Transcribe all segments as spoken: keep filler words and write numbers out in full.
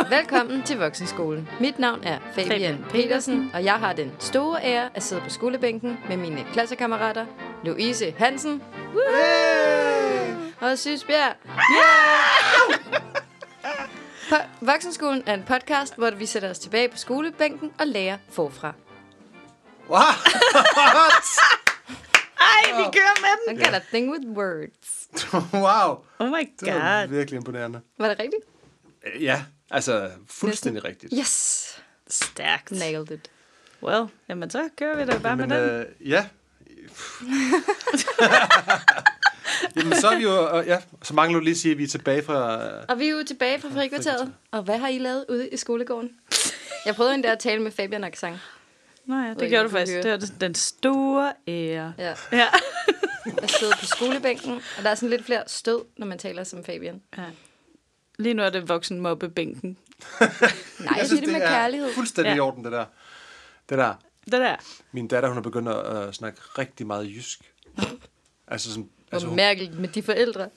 Velkommen til Voksenskolen. Mit navn er Fabian Petersen, og jeg har den store ære at sidde på skolebænken med mine klassekammerater Louise Hansen og Sys Bjerg. Po- Voksenskolen er en podcast, hvor vi sætter os tilbage på skolebænken og lærer forfra. Wow! Ej, vi kører med den. I got a thing with words. Wow! Oh my Det var god. virkelig imponerende. Var det rigtigt? Ja, altså fuldstændig rigtigt. Yes! Stærkt. Nailed it. Well, jamen så kører vi da bare Jamen, med den. øh, ja. Jamen, så er vi jo... Øh, ja, så mangler du lige at sige, at vi er tilbage fra... Øh, Og vi er jo tilbage fra frikvarteret. Og hvad har I lavet ude i skolegården? Jeg prøvede endda at tale med Fabian Accent. Nå ja, ikke, det gjorde om du du faktisk. hører. Det var den store ære. Ja. Ja. Jeg sidder på skolebænken, og der er sådan lidt flere stød, når man taler som Fabian. ja. Lige nu er det voksenmobbebænken. Nej, jeg siger det med er kærlighed. fuldstændig Ja. i orden, det der. Det der. Det der. Min datter, hun er begyndt at øh, snakke rigtig meget jysk. Altså sådan... Altså, Hvor hun, mærkeligt med de forældre.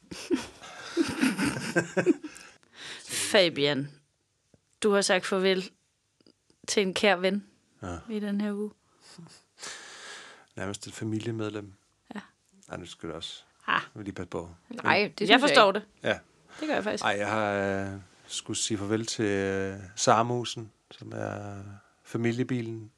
Fabian, du har sagt farvel til en kær ven Ja. i den her uge. nærmest et familiemedlem. Ja. Ej, nu skal du også... Ah. Jeg vil lige passe på. Nej, det synes Jeg forstår det. Ja. Det gør jeg faktisk. Ej, jeg har øh, skulle sige farvel til øh, Sarmusen, som er familiebilen.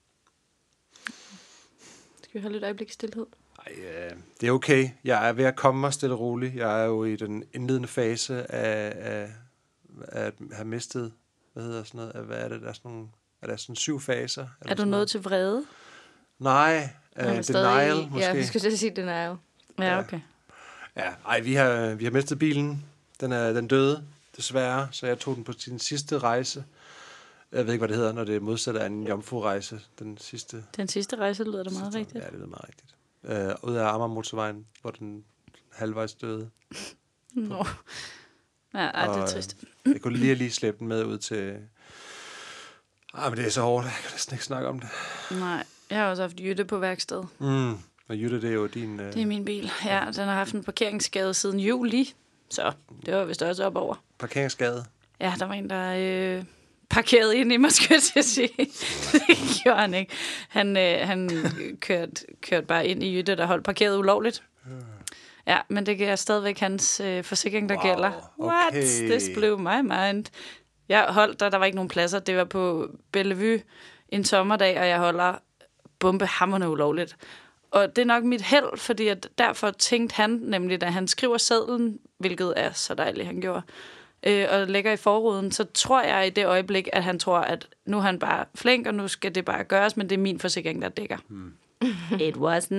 Skal vi holde et øjeblik stillhed? Ej, øh, det er okay. Jeg er ved at komme mig stille og roligt. Jeg er jo i den indledende fase af, af, af at have mistet, hvad hedder sådan noget, hvad er det, der er sådan nogle, er der sådan syv faser? Er du nået til vrede? Nej, uh, Han er denial stadig- måske. Ja, vi skal til at sige denial. Ja, okay. Ja, ej, vi har, vi har mistet bilen. Den er den døde, desværre, så jeg tog den på sin sidste rejse. Jeg ved ikke, hvad det hedder, når det er modsat af en jomfru-rejse. Den sidste... Den sidste rejse lyder da meget rigtigt. Ja, det lyder meget rigtigt. Uh, ud af Amagermotorvejen, hvor den halvvejs døde. Nå. Ja, ej, det er Og, trist. øh, Jeg kunne lige lige slæbe den med ud til... Ah, men det er så hårdt. Jeg kan næsten ikke snakke om det. Nej, jeg har også haft Jytte på værksted. Mm. Og Jytte, det er jo din... Uh... Det er min bil. Ja, den har haft en parkeringsskade siden juli. Så det var vist også op over. parkeringsskade. Ja, der var en, der øh, parkerede ind i mig, skulle jeg til at sige. Det gjorde han ikke. Han, øh, han kørte, kørte bare ind i Jytte, der holdt parkeret ulovligt. Ja, men det er stadigvæk hans øh, forsikring, der Wow, gælder. What? okay. This blew my mind. Jeg holdt der, der var ikke nogen pladser. Det var på Bellevue en sommerdag, og jeg holder bombehamrende ulovligt. Og det er nok mit held, fordi at derfor tænkte han, nemlig da han skriver sedlen, hvilket er så dejligt, han gjorde, øh, og lægger i forruden, så tror jeg i det øjeblik, at han tror, at nu er han bare flink, og nu skal det bare gøres, men det er min forsikring, der dækker. Hmm. It was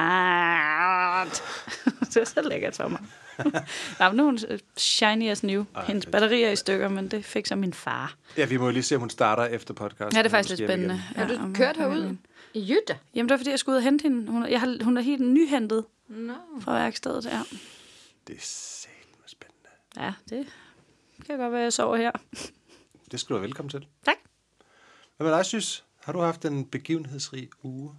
not. Det er så lækkert for mig. Nå, nu er hun shiny as new. Hendes batterier er i stykker, men det fik så min far. Ja, vi må jo lige se, om hun starter efter podcasten. Ja, det er faktisk Måske lidt spændende. igen. Har du Ja, om- kørt om- herud? I Jytte? Jamen, det var fordi, jeg skulle ud og hente hende. Hun, jeg har, hun er helt nyhentet No. fra værkstedet, ja. Det er satme spændende. Ja, det kan godt være, jeg sover her. Det skal du være velkommen til. Tak. Hvad med dig, Sys? Har du haft en begivenhedsrig uge?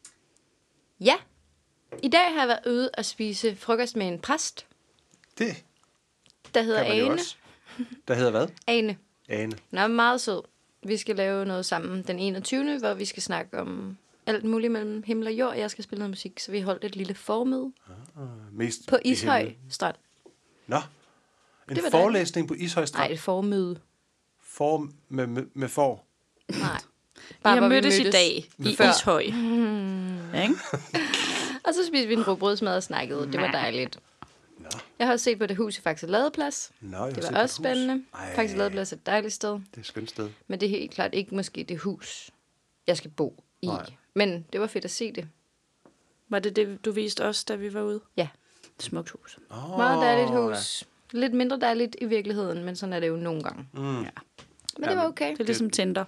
Ja. I dag har jeg været ude og spise frokost med en præst, Det der hedder kan man jo Ane. også. Der hedder hvad? Ane. Ane. Hun er meget sød. Vi skal lave noget sammen den enogtyvende hvor vi skal snakke om alt muligt mellem himmel og jord. Jeg skal spille noget musik, så vi holdt et lille formøde Ah, mest på i Ishøj himlen. Strand. Nå. En Det var forelæsning på Ishøj Nej, Strand. et formøde. For med, med, med for. Nej. Vi har hvor vi mødtes i dag i før. Ishøj. Mm. Ja, ikke? Og så spiste vi en rugbrødsmad og snakkede. Det var dejligt. Nå. Jeg har også set på det hus i Faxe Ladeplads. Nå, jeg har Det set var et også hus. spændende. Ej, Faxe Ladeplads er et dejligt sted. det er et skønt sted. Men det er helt klart ikke måske det hus, jeg skal bo i. Nej. Men det var fedt at se det. Var det det, du viste os, da vi var ude? Ja. Smukt hus. Oh, Meget dejligt hus. Lidt mindre dejligt i virkeligheden, men sådan er det jo nogle gange. Mm. Ja. Men Ja, det var men- okay. Det er ligesom Tinder.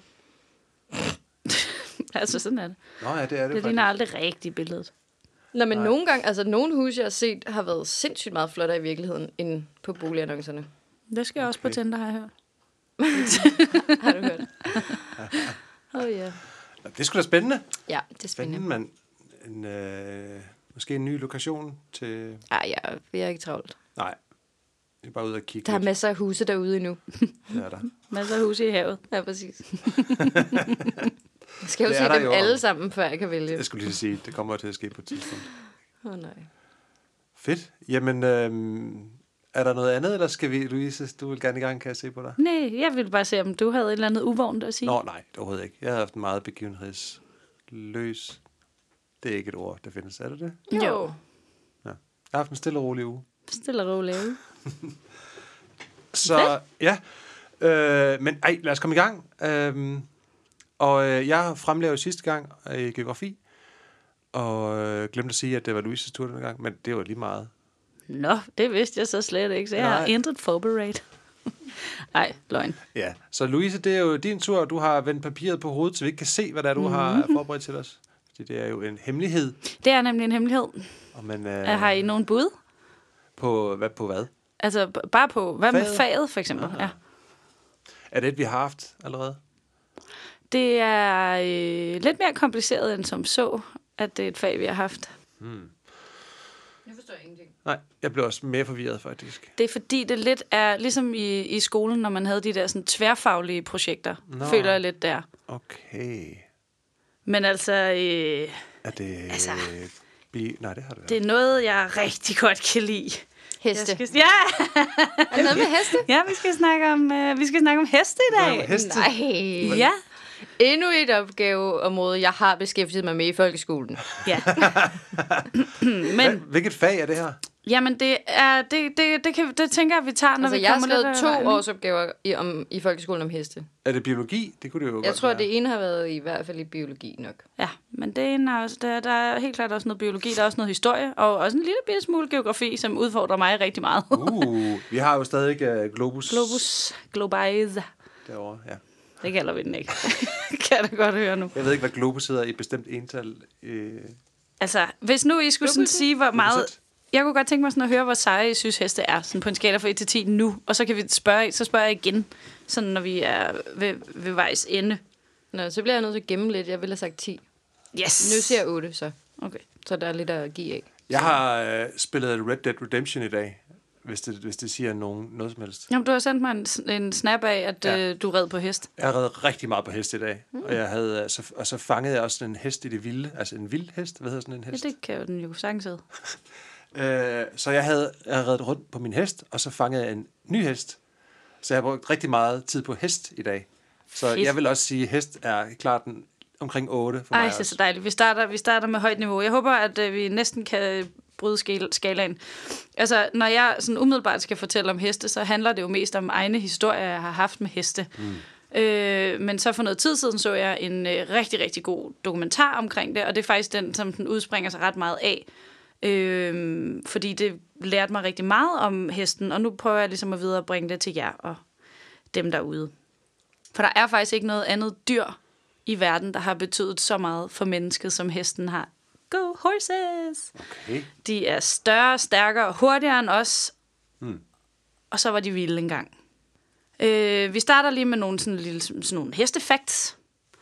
Altså, sådan er det. Nå ja, det er det, Det faktisk. ligner aldrig rigtigt billedet. Nå, men Nej. nogle gange, altså nogle huse, jeg har set, har været sindssygt meget flottere i virkeligheden, end på boligannoncerne. Det skal jeg også på Okay. Tinder, har jeg hørt. Har du hørt? Åh oh, ja. Nå, det er sgu da spændende. Ja, det er Spændende, spændende. men en, øh, måske en ny lokation til... Ej, ja, vi er ikke travlt. Nej. I er bare ude og kigge Der er lidt. masser af huse derude endnu. Det er der. Masser af huse i havet. Ja, præcis. Jeg skal jo Det se er der dem jo. alle sammen, før jeg kan vælge. Jeg skulle lige sige, det kommer til at ske på et tidspunkt. Åh oh, nej. Fedt. Jamen, øhm, er der noget andet, eller skal vi, Louise, du vil gerne i gang, kan jeg se på dig? Nej, jeg ville bare se, om du havde et eller andet uvognt at sige. Nå, nej, overhovedet ikke. Jeg har haft en meget begivenhedsløs. Det er ikke et ord, der findes. Er det det? Jo. Jo. Ja. Jeg har haft en stille og rolig uge. Stille og roligt. Så, ja. Øh, men ej, lad os komme i gang. Øhm, og øh, jeg fremlagde jo sidste gang i geografi, og øh, glemte at sige, at det var Louises tur denne gang, men det var lige meget. Nå, det vidste jeg så slet ikke, så jeg Nej. har intet forberedt. Nej, løgn. Ja, så Louise, det er jo din tur, og du har vendt papiret på hovedet, så vi ikke kan se, hvad det er, du mm-hmm. har forberedt til os. Fordi det er jo en hemmelighed. Det er nemlig en hemmelighed. Og man, øh, Har I nogen bud? På hvad? På hvad? Altså, b- bare på, hvad Faget? med faget, for eksempel? Ja. Er det et, vi har haft allerede? Det er øh, lidt mere kompliceret end som så, at det er et fag, vi har haft. Hmm. Jeg forstår ingenting. Nej, jeg blev også mere forvirret, faktisk. Det er fordi, det lidt er, ligesom i, i skolen, når man havde de der sådan, tværfaglige projekter, Nå. føler jeg lidt der. Okay. Men altså, øh, Er det... Altså- Bi- Nej, det har det været. det er noget, jeg rigtig godt kan lide. Heste. Jeg skal, ja! Er det noget med heste? Ja, vi skal snakke om, øh, vi skal snakke om heste i dag. Hvad med heste? Nej. Ja, Endnu et opgaveområde, jeg har beskæftiget mig med i folkeskolen. ja. Hvad, Men, hvilket fag er det her? jamen, det, er, det, det, det, kan, det tænker jeg, vi tager, når Altså, vi jeg har kommer lidt skrevet af to vejen. årsopgaver i, om, i folkeskolen om heste. Er det biologi? Det kunne det jo Jeg godt tror, være. det ene har været i hvert fald i biologi nok. Ja, men det er også, der, der er helt klart også noget biologi, der er også noget historie, og også en lille bitte smule geografi, som udfordrer mig rigtig meget. Uh, vi har jo stadig uh, Globus. Globus, globise. Derovre, ja. Det kalder vi den ikke. Kan jeg da godt høre nu. Jeg ved ikke, hvad Globus hedder i et bestemt ental. Øh, Altså, hvis nu I skulle sådan Globus, sige, hvor meget... Globus. Jeg kunne godt tænke mig sådan at høre, hvor seje I synes heste er, sådan på en skala fra et til ti nu, og så kan vi spørge, så spørger jeg igen, sådan når vi er ved, ved vejs ende. Nå, så bliver jeg nødt til at gemme lidt. Jeg ville have sagt ti. Yes! Nu siger jeg otte, så. Okay. Så der er lidt at give af. jeg har øh, spillet Red Dead Redemption i dag, hvis det, hvis det siger nogen, noget som helst. Jamen, du har sendt mig en, en snap af, at Ja. ja. øh, du red på hest. Jeg har reddet rigtig meget på hest i dag, mm. og, jeg havde, øh, så, og så fangede jeg også en hest i det vilde. Altså en vild hest, hvad hedder sådan en Ja, hest? det kan jo den jo sagtens hedde. Øh, så jeg havde, jeg havde reddet rundt på min hest, og så fangede jeg en ny hest. Så jeg har brugt rigtig meget tid på hest i dag. Så Fedt. jeg vil også sige, at hest er klart den, omkring otte for Ej, mig det er også. så dejligt. Vi starter, vi starter med højt niveau. Jeg håber, at øh, vi næsten kan bryde skal- skalaen. Altså, når jeg sådan umiddelbart skal fortælle om heste, så handler det jo mest om egne historier, jeg har haft med heste. Mm. Øh, men så for noget tid siden så jeg en øh, rigtig, rigtig god dokumentar omkring det, og det er faktisk den, som den udspringer sig ret meget af. Øh, fordi det lærte mig rigtig meget om hesten, og nu prøver jeg ligesom at viderebringe det til jer og dem derude. For der er faktisk ikke noget andet dyr i verden, der har betydet så meget for mennesket, som hesten har. Go horses! Okay. De er større, stærkere og hurtigere end os. Hmm. Og så var de vilde engang. Øh, vi starter lige med nogle, sådan, lille, sådan nogle hestefacts.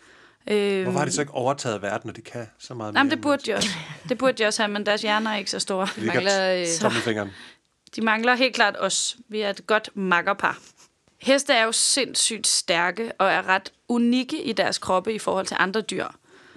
Øh, Hvorfor har de så ikke overtaget verden, når de kan så meget Jamen, mere? det burde de også. Det burde de også have, men deres hjerner er ikke så store. Vi Mangler, øh, ligger tommelfingeren. De mangler helt klart os. Vi er et godt makkerpar. Heste er jo sindssygt stærke og er ret unikke i deres kroppe i forhold til andre dyr.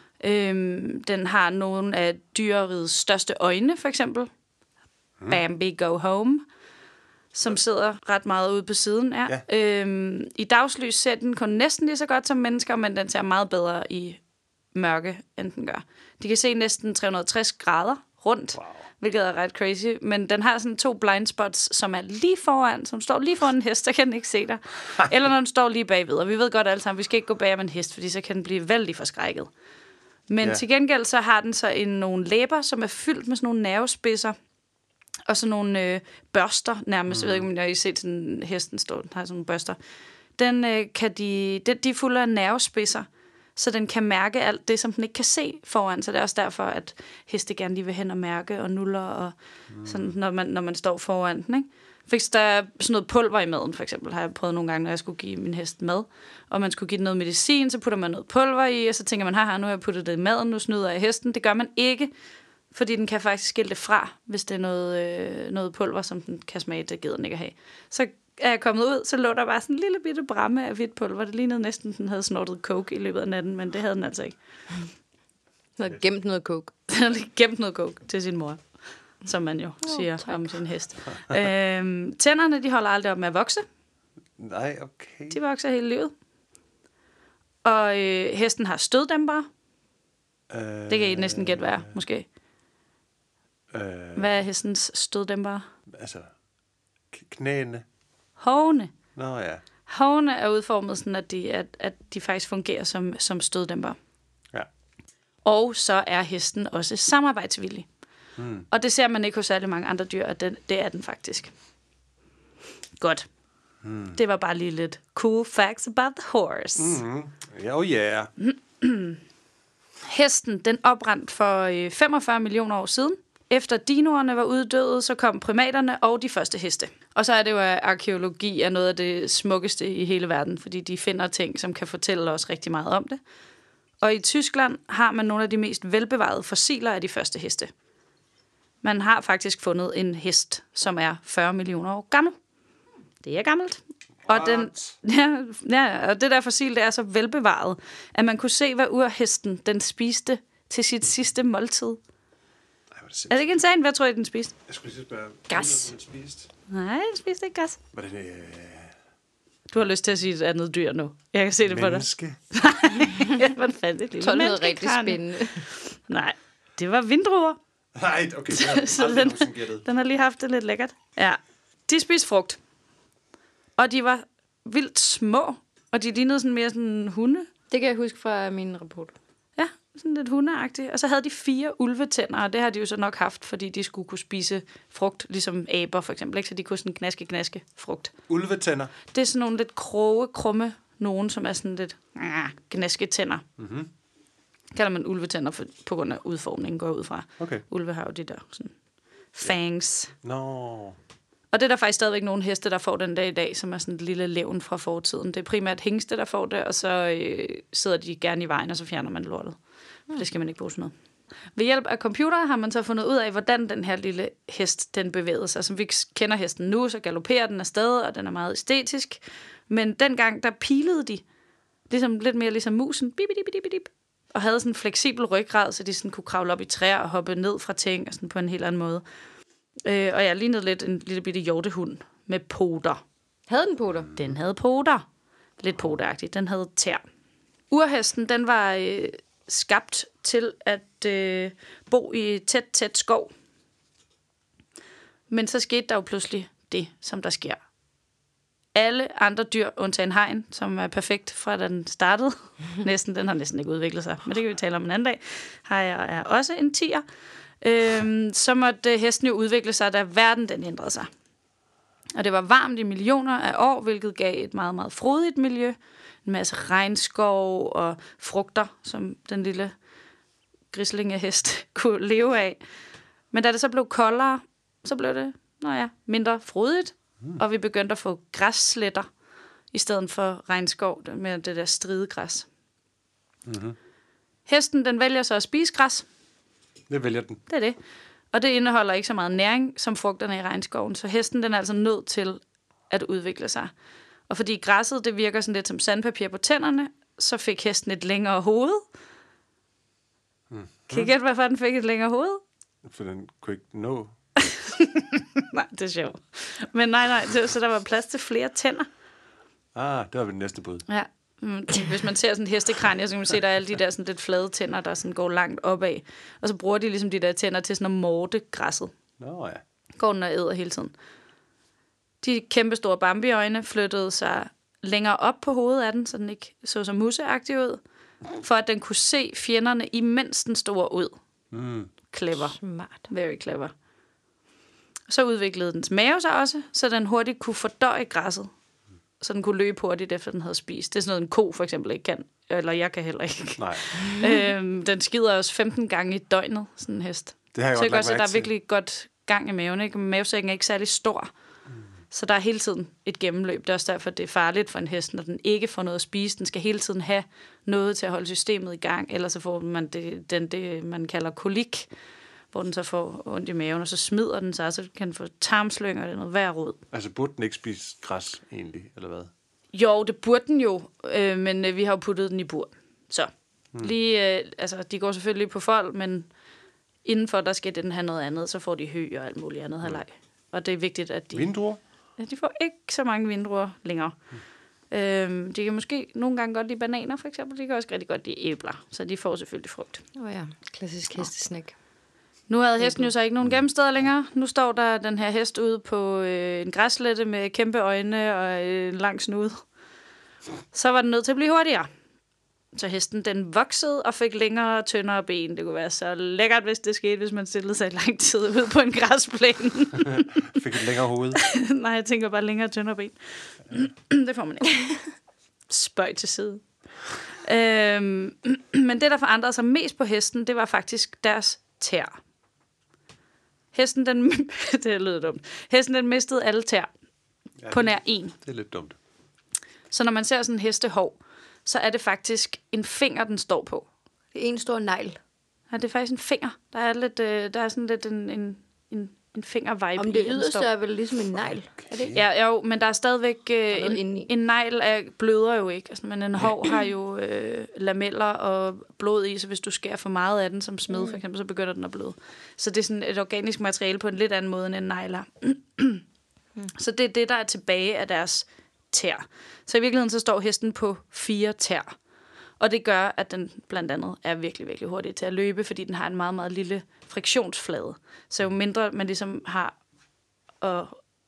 Øhm, den har nogle af dyrerigets største øjne, for eksempel. Mm. Bambi Go Home, som sidder ret meget ude på siden. Ja. Ja. Øhm, I dagslys ser den kun næsten lige så godt som mennesker, men den ser meget bedre i mørke, end den gør. De kan se næsten tre hundrede og tres grader rundt, wow. Hvilket er ret crazy. Men den har sådan to blind spots, som er lige foran, som står lige foran en hest, så kan den ikke se dig. Eller når den står lige bagved. Og vi ved godt alle sammen, vi skal ikke gå bag om en hest, fordi så kan den blive vældig forskrækket. Men Ja. til gengæld så har den så en, nogle læber, som er fyldt med sådan nogle nervespidser. Og sådan nogle øh, børster nærmest. Mm. Jeg ved ikke, om jeg har set sådan hesten stå, den har sådan nogle børster. Den, øh, kan de, de, de er fulde af nervespidser, så den kan mærke alt det, som den ikke kan se foran. Så det er også derfor, at heste gerne lige vil hen og mærke og nuller, og mm. sådan, når, man, når man står foran den. Ikke? Hvis der er sådan noget pulver i maden, for eksempel, har jeg prøvet nogle gange, når jeg skulle give min hest mad, og man skulle give den noget medicin, så putter man noget pulver i, og så tænker man, haha, nu har jeg puttet det i maden, nu snyder jeg hesten. Det gør man ikke. fordi den kan faktisk skille det fra, hvis det er noget, øh, noget pulver, som den kan smage, det gider den ikke at have. Så er jeg kommet ud, så lå der bare sådan en lille bitte bramme af hvidt pulver. Det lignede næsten, den havde snortet coke i løbet af natten, men det havde den altså ikke. Den havde gemt noget coke. Den havde gemt noget coke til sin mor, som man jo oh, siger tak. Om sin hest. øhm, tænderne, de holder aldrig op med at vokse. Nej, okay. De vokser hele livet. Og øh, hesten har støddæmpere. Øh, det kan I næsten gætte, hvad er, måske. Øh, hvad er hestens støddæmpere? Altså, k- knæene. Hovene. Nå ja. Hovene er udformet sådan, at de, at, at de faktisk fungerer som, som støddæmpere. Ja. Og så er hesten også samarbejdsvillig. Hmm. Og det ser man ikke hos særlig mange andre dyr, at den, det er den faktisk. Godt. Hmm. Det var bare lige lidt cool facts about the horse. Mm-hmm. Ja, oh yeah. Hesten, den oprandt for øh, femogfyrre millioner år siden. Efter dinoerne var uddøde, så kom primaterne og de første heste. Og så er det jo, at arkæologi er noget af det smukkeste i hele verden, fordi de finder ting, som kan fortælle os rigtig meget om det. Og i Tyskland har man nogle af de mest velbevarede fossiler af de første heste. Man har faktisk fundet en hest, som er fyrre millioner år gammel. Det er gammelt. Og, den, ja, ja, og det der fossil, det er så velbevaret, at man kunne se, hvad urhesten den spiste til sit sidste måltid. Ej, er, det er det ikke insane? Hvad tror I, den spiste? Jeg skulle lige spørge. Græs. Den spiste? Nej, den spiste ikke græs. Var det, øh... Du har lyst til at sige et andet dyr nu. Jeg kan se det menneske? på dig. Nej, hvad fanden det lille Så er det noget rigtig spændende. Nej, det var vindruer. Nej, okay, det har så den, den har lige haft det lidt lækkert. Ja, de spiste frugt. Og de var vildt små, og de lignede sådan mere sådan hunde. Det kan jeg huske fra min rapport. Ja, sådan lidt hundeagtigt. Og så havde de fire ulvetænder, og det har de jo så nok haft, fordi de skulle kunne spise frugt, ligesom aber for eksempel, ikke? Så de kunne sådan knaske, knaske frugt. Ulvetænder? Det er sådan nogle lidt kroge, krumme, nogen, som er sådan lidt ah, gnasketænder. Mhm. Kalder man ulvetænder for, på grund af udformningen, går ud fra. Okay. Ulve har jo de der sådan fangs. Nå... No. Og det er der faktisk stadigvæk nogle heste, der får den dag i dag, som er sådan et lille levn fra fortiden. Det er primært hængste, der får det, og så øh, sidder de gerne i vejen, og så fjerner man lortet. For det skal man ikke bruge sådan noget. Ved hjælp af computere har man så fundet ud af, hvordan den her lille hest, den bevægede sig. Som vi kender hesten nu, så galopperer den afsted, og den er meget æstetisk. Men dengang, der pilede de, ligesom, lidt mere ligesom musen, bip, bip, bip, bip, og havde sådan en fleksibel ryggrad, så de sådan kunne kravle op i træer og hoppe ned fra ting, og sådan på en helt anden måde. Øh, og jeg lignede lidt en lille bitte hjortehund med poter. Havde den poter? Den havde poter. Lidt poteragtigt. Den havde tær. Urhesten, den var øh, skabt til at øh, bo i tæt, tæt skov. Men så skete der jo pludselig det, som der sker. Alle andre dyr, undtagen hegn, som er perfekt fra da den startede. næsten, den har næsten ikke udviklet sig, men det kan vi tale om en anden dag. Hajer er også en tiger. Øhm, så måtte hesten jo udvikle sig, da verden den ændrede sig. Og det var varmt i millioner af år, hvilket gav et meget, meget frodigt miljø. En masse regnskov og frugter, som den lille grislingehest kunne leve af. Men da det så blev koldere, så blev det nå ja, mindre frodigt, mm. og vi begyndte at få græssletter i stedet for regnskov med det der stridegræs. Mm-hmm. Hesten, den vælger så at spise græs. Det vælger den. Det er det. Og det indeholder ikke så meget næring som frugterne i regnskoven, så hesten den er altså nødt til at udvikle sig. Og fordi græsset det virker sådan lidt som sandpapir på tænderne, så fik hesten et længere hoved. Mm. Kan I gætte, hvorfor den fik et længere hoved? For den kunne ikke nå. Nej, det er sjovt. Men nej, nej, det, så der var plads til flere tænder. Ah, det var det næste bud. Ja. Hvis man ser sådan en hestekranie, så kan man se, at der er alle de der sådan lidt flade tænder, der sådan går langt opad. Og så bruger de ligesom de der tænder til sådan at morte græsset. Nå ja. Går den og æder hele tiden. De kæmpe store Bambi-øjne flyttede sig længere op på hovedet af den, så den ikke så så museagtig ud, for at den kunne se fjenderne, imens den stod ud. Mm. Clever. Smart. Very clever. Så udviklede dens mave sig også, så den hurtigt kunne fordøje græsset. Så den kunne løbe hurtigt, efter den havde spist. Det er sådan noget, en ko for eksempel ikke kan. Eller jeg kan heller ikke. Nej. øhm, den skider også femten gange i døgnet, sådan en hest. Det har jeg så jeg godt også, at der er virkelig godt gang i maven. Ikke? Mavesækken er ikke særlig stor. Mm. Så der er hele tiden et gennemløb. Det er også derfor, det er farligt for en hest, når den ikke får noget at spise. Den skal hele tiden have noget til at holde systemet i gang. Ellers så får man det, den, det man kalder kolik, hvor den så får ondt i maven, og så smider den sig, og så kan den få tarmslyng, og det er noget værd rod. Altså burde den ikke spise græs egentlig, eller hvad? Jo, det burde den jo, øh, men øh, vi har jo puttet den i bur. Så hmm. lige, øh, altså de går selvfølgelig på fold, men indenfor der skal den have noget andet, så får de hø og alt muligt andet halvleg. Og det er vigtigt, at de... Vindruer? Ja, de får ikke så mange vindruer længere. Hmm. Øhm, de kan måske nogle gange godt lide bananer, for eksempel. De kan også rigtig godt lide æbler, så de får selvfølgelig frugt. Åh oh ja, klassisk hestesnack. Nu havde hesten jo så ikke nogen gemmesteder længere. Nu står der den her hest ude på øh, en græslette med kæmpe øjne og en lang snude. Så var den nødt til at blive hurtigere. Så hesten den voksede og fik længere og tyndere ben. Det kunne være så lækkert, hvis det skete, hvis man stillede sig i lang tid ude på en græsplæne. Fik et længere hoved. Nej, jeg tænker bare længere og tyndere ben. Det får man ikke. Spøj til side. Øhm, men det, der forandrede sig mest på hesten, det var faktisk deres tær. Hesten, den... det lød dumt. Hesten, den mistede alle tær Ja, på nær en. Det er lidt dumt. Så når man ser sådan en hestehov, så er det faktisk en finger, den står på. Det er en stor negl. Ja, det er faktisk en finger. Der er, lidt, øh, der er sådan lidt en, en, en, en finger-vibe. Om det yderste er vel ligesom en negl. Er det ikke? Ja, jo, men der er stadigvæk... Øh, en, indeni. en negl er, bløder jo ikke. Altså, men en hov har jo øh, lameller og blod i, så hvis du skærer for meget af den som smed, for eksempel, så begynder den at bløde. Så det er sådan et organisk materiale på en lidt anden måde end en negler. Så det er det, der er tilbage af deres tær. Så i virkeligheden så står hesten på fire tær. Og det gør, at den blandt andet er virkelig, virkelig hurtig til at løbe, fordi den har en meget, meget lille friktionsflade. Så jo mindre man ligesom har at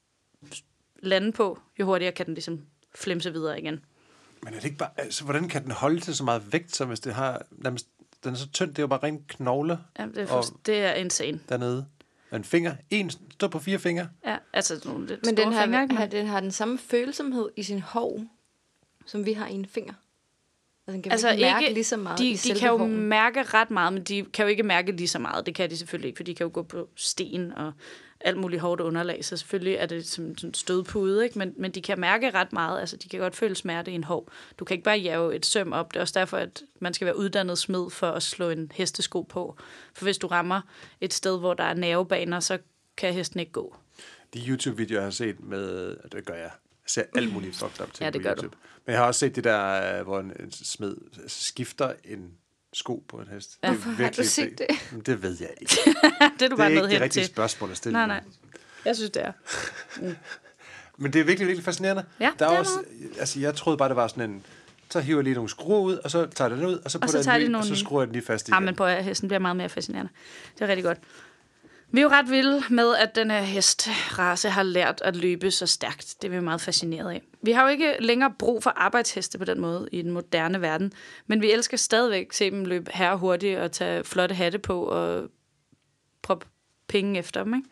lande på, jo hurtigere kan den ligesom flimse videre igen. Men er det ikke bare... Altså, hvordan kan den holde til så meget vægt, som hvis det har... Nærmest, den er så tynd, det er jo bare rent knogle. Ja, det, er forst- det er insane. Dernede. En finger. En står på fire fingre. Ja, altså nogle lidt Men store den har, fingre, ikke? har, den har den samme følsomhed i sin hov, som vi har i en finger. Altså, den kan Altså ikke mærke ikke, lige så meget de, i de selve kan jo hoven. mærke ret meget, men de kan jo ikke mærke lige så meget. Det kan de selvfølgelig ikke, for de kan jo gå på sten og alt muligt hårdt underlag, så selvfølgelig er det som en stødpude, ikke? Men, men de kan mærke ret meget. Altså, de kan godt føle smerte i en hov. Du kan ikke bare jage et søm op. Det er også derfor, at man skal være uddannet smed for at slå en hestesko på. For hvis du rammer et sted, hvor der er nervebaner, så kan hesten ikke gå. De YouTube-videoer, jeg har set med... Det gør jeg. Jeg ser alt muligt fucked up ting Ja, det på gør YouTube. Du. Men jeg har også set det der, hvor en, en smed skifter en sko på en hest. Ja. Det er Hvorfor har virkelig du set det? Men det ved jeg ikke. Det er du Det bare er ikke nødt det hen rigtige til. spørgsmål at stille. Nej, nej. Jeg synes, det er. Men det er virkelig, virkelig fascinerende. Ja, der er det er også, altså, jeg troede bare, det var sådan en... Så hiver jeg lige nogle skruer ud, og så tager jeg den ud, og så putter så tager jeg de den i, nogle og så nye. skruer jeg den lige fast igen. Ja, men på at hesten bliver meget mere fascinerende. Det er rigtig godt. Vi er jo ret vilde med, at den her hestrace har lært at løbe så stærkt. Det er vi meget fascineret af. Vi har jo ikke længere brug for arbejdsheste på den måde i den moderne verden, men vi elsker stadigvæk se dem løbe herre hurtigt og tage flotte hatte på og proppe penge efter dem, ikke?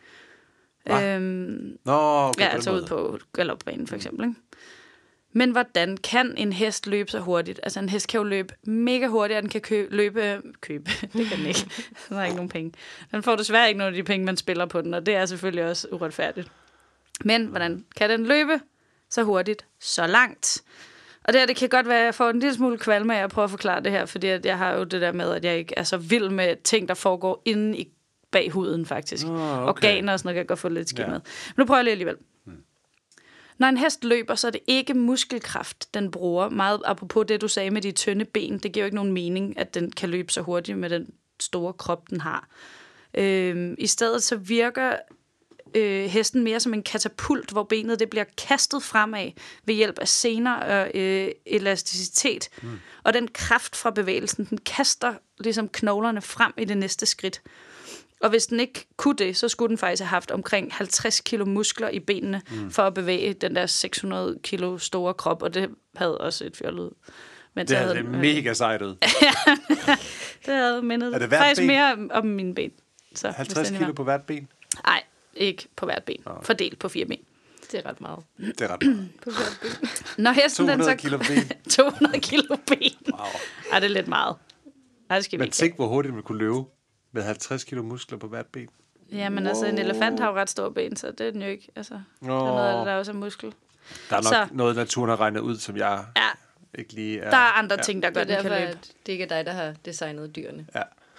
Øhm, Nå, okay, ja, på altså den ud måde. på galopbanen for eksempel, ikke? Men hvordan kan en hest løbe så hurtigt? Altså en hest kan jo løbe mega hurtigt, og den kan kø- løbe... Købe, det kan den ikke. Den har ikke nogen penge. Den får desværre ikke nogen af de penge, man spiller på den, og det er selvfølgelig også uretfærdigt. Men hvordan kan den løbe så hurtigt, så langt? Og det her, det kan godt være, at jeg får en lille smule kvalme af at prøve at forklare det her, fordi at jeg har jo det der med, at jeg ikke er så vild med ting, der foregår inde i bag huden, faktisk. Nå, okay. Organer og sådan noget, kan jeg godt få lidt skidt Ja. med. Men nu prøver jeg lige alligevel. Når en hest løber, så er det ikke muskelkraft, den bruger. Meget apropos det, du sagde med de tynde ben. Det giver jo ikke nogen mening, at den kan løbe så hurtigt med den store krop, den har. Øhm, I stedet så virker øh, hesten mere som en katapult, hvor benet det bliver kastet fremad ved hjælp af sener og øh, elasticitet. Mm. Og den kraft fra bevægelsen, den kaster ligesom knoglerne frem i det næste skridt. Og hvis den ikke kunne det, så skulle den faktisk have haft omkring halvtreds kilo muskler i benene, mm. for at bevæge den der seks hundrede kilo store krop, og det havde også et fjollet ud. Men Det havde det mega sejt ud. det havde mindet Er det hvert faktisk ben? mere om, om mine ben. Så, halvtreds kilo på hvert ben. Nej, ikke på hvert ben. Okay. Fordelt på fire ben. Det er ret meget. Det er ret meget. På hvert ben. Når hesten to hundrede den så... kilo ben. to hundrede kilo ben. Wow. Ej, det er lidt meget. Ej, det skal vi Men ikke. tænk, hvor hurtigt man kunne løbe med halvtreds kilo muskler på hvert ben. Ja, men wow. altså en elefant har jo ret store ben, så det er den jo ikke. Altså, Nå. der er noget af det, der også er muskel. Der er nok Så- noget, naturen har regnet ud, som jeg Ja, ikke lige er... der er andre ja. ting, der Det gør, er den kan derfor, løbe. at det ikke er dig, der har designet dyrene. Ja.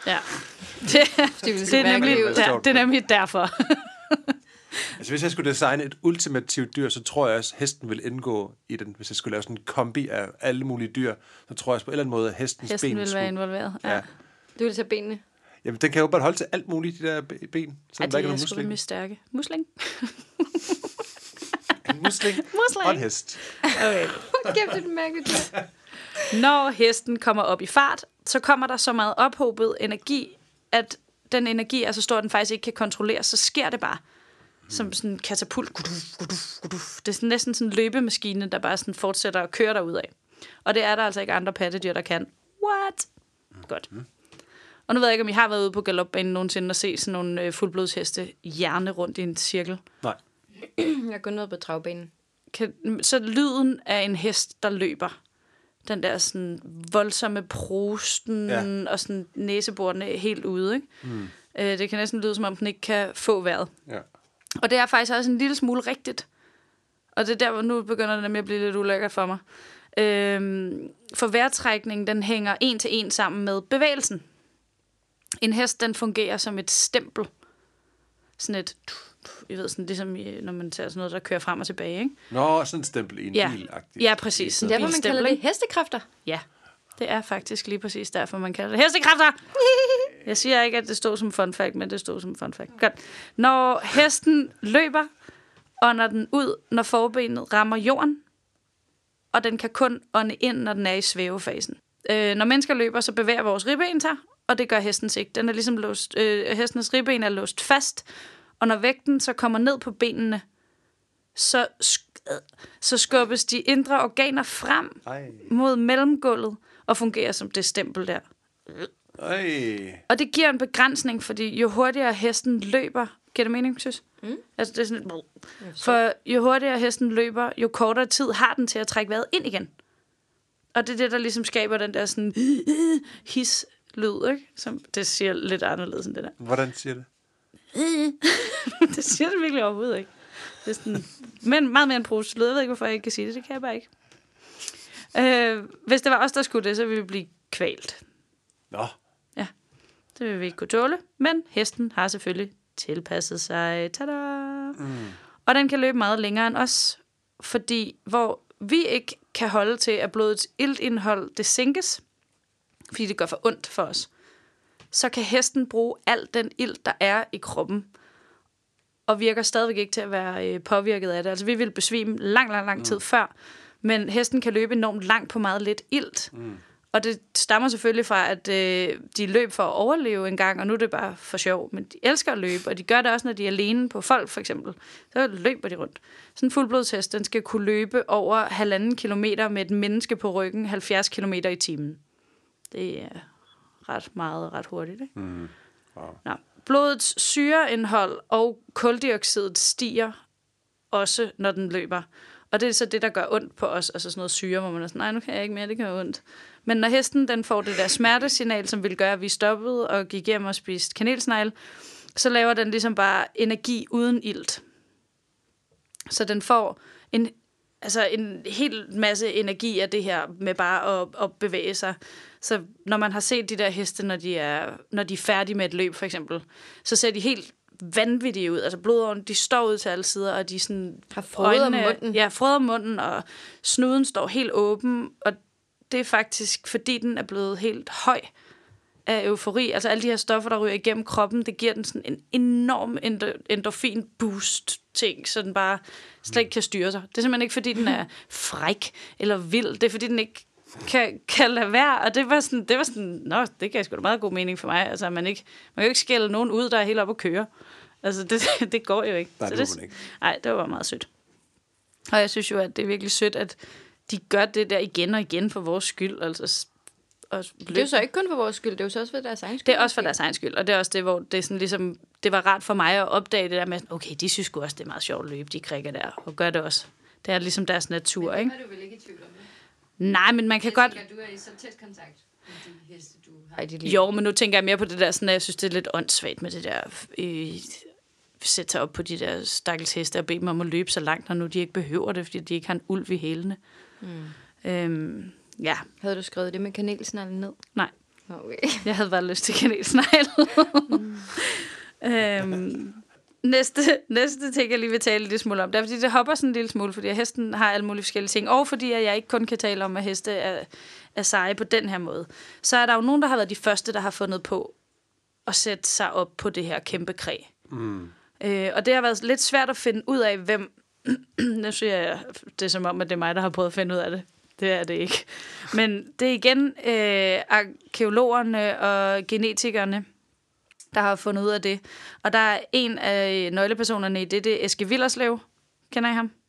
Ja. Det, Det, det, er nemlig, det. der, det er nemlig derfor. Altså, hvis jeg skulle designe et ultimativt dyr, så tror jeg også, at hesten vil indgå i den. Hvis jeg skulle lave sådan en kombi af alle mulige dyr, så tror jeg også på en eller anden måde, at hestens Hesten ben vil skulle... være involveret. Ja. Ja. Du vil tage benene. Jamen, den kan jo bare holde til alt muligt, de der be- ben. Så Ej, der det ikke er nogen sgu musling. rimelig stærke. Musling? En musling, Musling. og en hest. Okay. Kæft, det er mærkeligt. Når hesten kommer op i fart, så kommer der så meget ophobet energi, at den energi er så stor, at den faktisk ikke kan kontrolleres. Så sker det bare som sådan en katapult. Guduf, guduf, guduf. Det er sådan næsten sådan en løbemaskine, der bare sådan fortsætter at køre derudad. Og det er der altså ikke andre pattedyr, der kan. What? Godt. Og nu ved jeg ikke, om I har været ude på galopbanen nogensinde og se sådan nogle øh, fuldblodsheste hjerne rundt i en cirkel. Nej. Jeg går ned på travbanen. Kan, så lyden af en hest, der løber. Den der sådan voldsomme prosten Ja. og sådan næseborene helt ude. Ikke? Mm. Øh, det kan næsten lyde, som om den ikke kan få vejret. Ja. Og det er faktisk også en lille smule rigtigt. Og det er der, hvor nu begynder det nemlig at blive lidt ulækkert for mig. Øhm, for vejrtrækningen, den hænger en til en sammen med bevægelsen. En hest, den fungerer som et stempel. Sådan et, jeg ved, sådan ligesom når man tager sådan noget, der kører frem og tilbage, ikke? Nå, sådan en stempel i en Ja. bil-agtig. Ja, præcis. Det er derfor, man bilstempel, kalder det ikke? hestekræfter. Ja, det er faktisk lige præcis derfor, man kalder det hestekræfter. Jeg siger ikke, at det stod som fun fact, men det stod som fun fact. Godt. Når hesten løber, ånder den ud, når forbenet rammer jorden, og den kan kun ånde ind, når den er i svævefasen. Øh, når mennesker løber, så bevæger vores ribben sig, og det gør hestens ikke. Den er ligesom låst, øh, hestens ribben er låst fast, og når vægten så kommer ned på benene, så, sk- så skubbes de indre organer frem Ej. mod mellemgulvet og fungerer som det stempel der. Ej. Og det giver en begrænsning, fordi jo hurtigere hesten løber, giver det mening, synes? Mm. Altså det er sådan et... For jo hurtigere hesten løber, jo kortere tid har den til at trække vejret ind igen. Og det er det, der ligesom skaber den der sådan his-lyd, ikke? Som det siger lidt anderledes end det der. Hvordan siger det? Det siger det virkelig overhovedet ikke. Det er sådan, men meget mere en proslyd. Jeg ved ikke, hvorfor jeg ikke kan sige det. Det kan jeg bare ikke. Øh, hvis det var os, der skulle det, så ville vi blive kvalt. Nå. Ja, det vil vi ikke kunne tåle. Men hesten har selvfølgelig tilpasset sig. Tada! Mm. Og den kan løbe meget længere end os. Fordi hvor vi ikke kan holde til, at blodets iltindhold det sænkes, fordi det gør for ondt for os, så kan hesten bruge al den ilt, der er i kroppen, og virker stadigvæk ikke til at være øh, påvirket af det. Altså, vi vil besvime lang, lang, lang tid mm. før, men hesten kan løbe enormt langt på meget lidt ilt. Mm. Og det stammer selvfølgelig fra, at øh, de løb for at overleve en gang, og nu er det bare for sjov. Men de elsker at løbe, og de gør det også, når de er alene på folk, for eksempel. Så løber de rundt. Sådan en fuldblodshest, den skal kunne løbe over halvanden kilometer med et menneske på ryggen, halvfjerds kilometer i timen. Det er ret meget og ret hurtigt, ikke? Mm. Wow. Nå. Blodets syreindhold og kuldioxid stiger også, når den løber. Og det er så det, der gør ondt på os. Altså sådan noget syre, hvor man er sådan, nej, nu kan jeg ikke mere, det kan være ondt. Men når hesten den får det der smertesignal, som vil gøre, at vi stoppede og gik hjem og spiste kanelsnegle, så laver den ligesom bare energi uden ilt. Så den får en, altså en hel masse energi af det her med bare at, at bevæge sig. Så når man har set de der heste, når de er, når de er færdige med et løb for eksempel, så ser de helt vanvittige ud. Altså blodårene, de står ud til alle sider, og de sådan har frøder om munden. Ja, frøder om munden, og snuden står helt åben, og det er faktisk, fordi den er blevet helt høj af eufori. Altså alle de her stoffer, der ryger igennem kroppen, det giver den sådan en enorm endorfin-boost-ting, så den bare slet ikke kan styre sig. Det er simpelthen ikke, fordi den er fræk eller vild. Det er, fordi den ikke kan, kan lade være. Og det var sådan, det var sådan, nå, det gav sgu da meget god mening for mig. Altså, man, ikke, man kan jo ikke skælde nogen ud, der er helt oppe at køre. Altså, det, det går jo ikke. Nej, så det det, må man ikke. Nej, det var meget sødt. Og jeg synes jo, at det er virkelig sødt, at de gør det der igen og igen for vores skyld. Altså, og det er jo så ikke kun for vores skyld, det er jo så også for deres egen skyld. Det er også for deres egen skyld, og det er også det, hvor det, er sådan ligesom, det var rart for mig at opdage det der med, okay, de synes også, det er meget sjovt at løbe, de krikker der, og gør det også. Det er ligesom deres natur, ikke? Men det er du vel ikke i tvivl om det? Nej, men man kan jeg godt... tænker, du er i så tæt kontakt med de heste, du har i dit liv. Jo, men nu tænker jeg mere på det der, sådan, at jeg synes, det er lidt åndssvagt med det der... Øh, sætte sig op på de der stakkels heste og bede dem om at løbe så langt, når nu de ikke behøver det, fordi de ikke har en ulv i hælene. Mm. Øhm, ja. Havde du skrevet det med kanelsneglen ned? Nej. Okay. Jeg havde bare lyst til kanelsnegl. mm. øhm, næste, næste ting, jeg lige vil tale lidt smule om, det er, fordi det hopper sådan en lille smule, fordi hesten har alle mulige forskellige ting, og fordi jeg ikke kun kan tale om, at heste er, er seje på den her måde. Så er der jo nogen, der har været de første, der har fundet på at sætte sig op på det her kæmpe kræ. Mm. Øh, og det har været lidt svært at finde ud af, hvem... Nu siger jeg, det er som om, at det er mig, der har prøvet at finde ud af det. Det er det ikke. Men det er igen øh, arkæologerne og genetikerne, der har fundet ud af det. Og der er en af nøglepersonerne i det, det er Eske Willerslev. Kender I ham?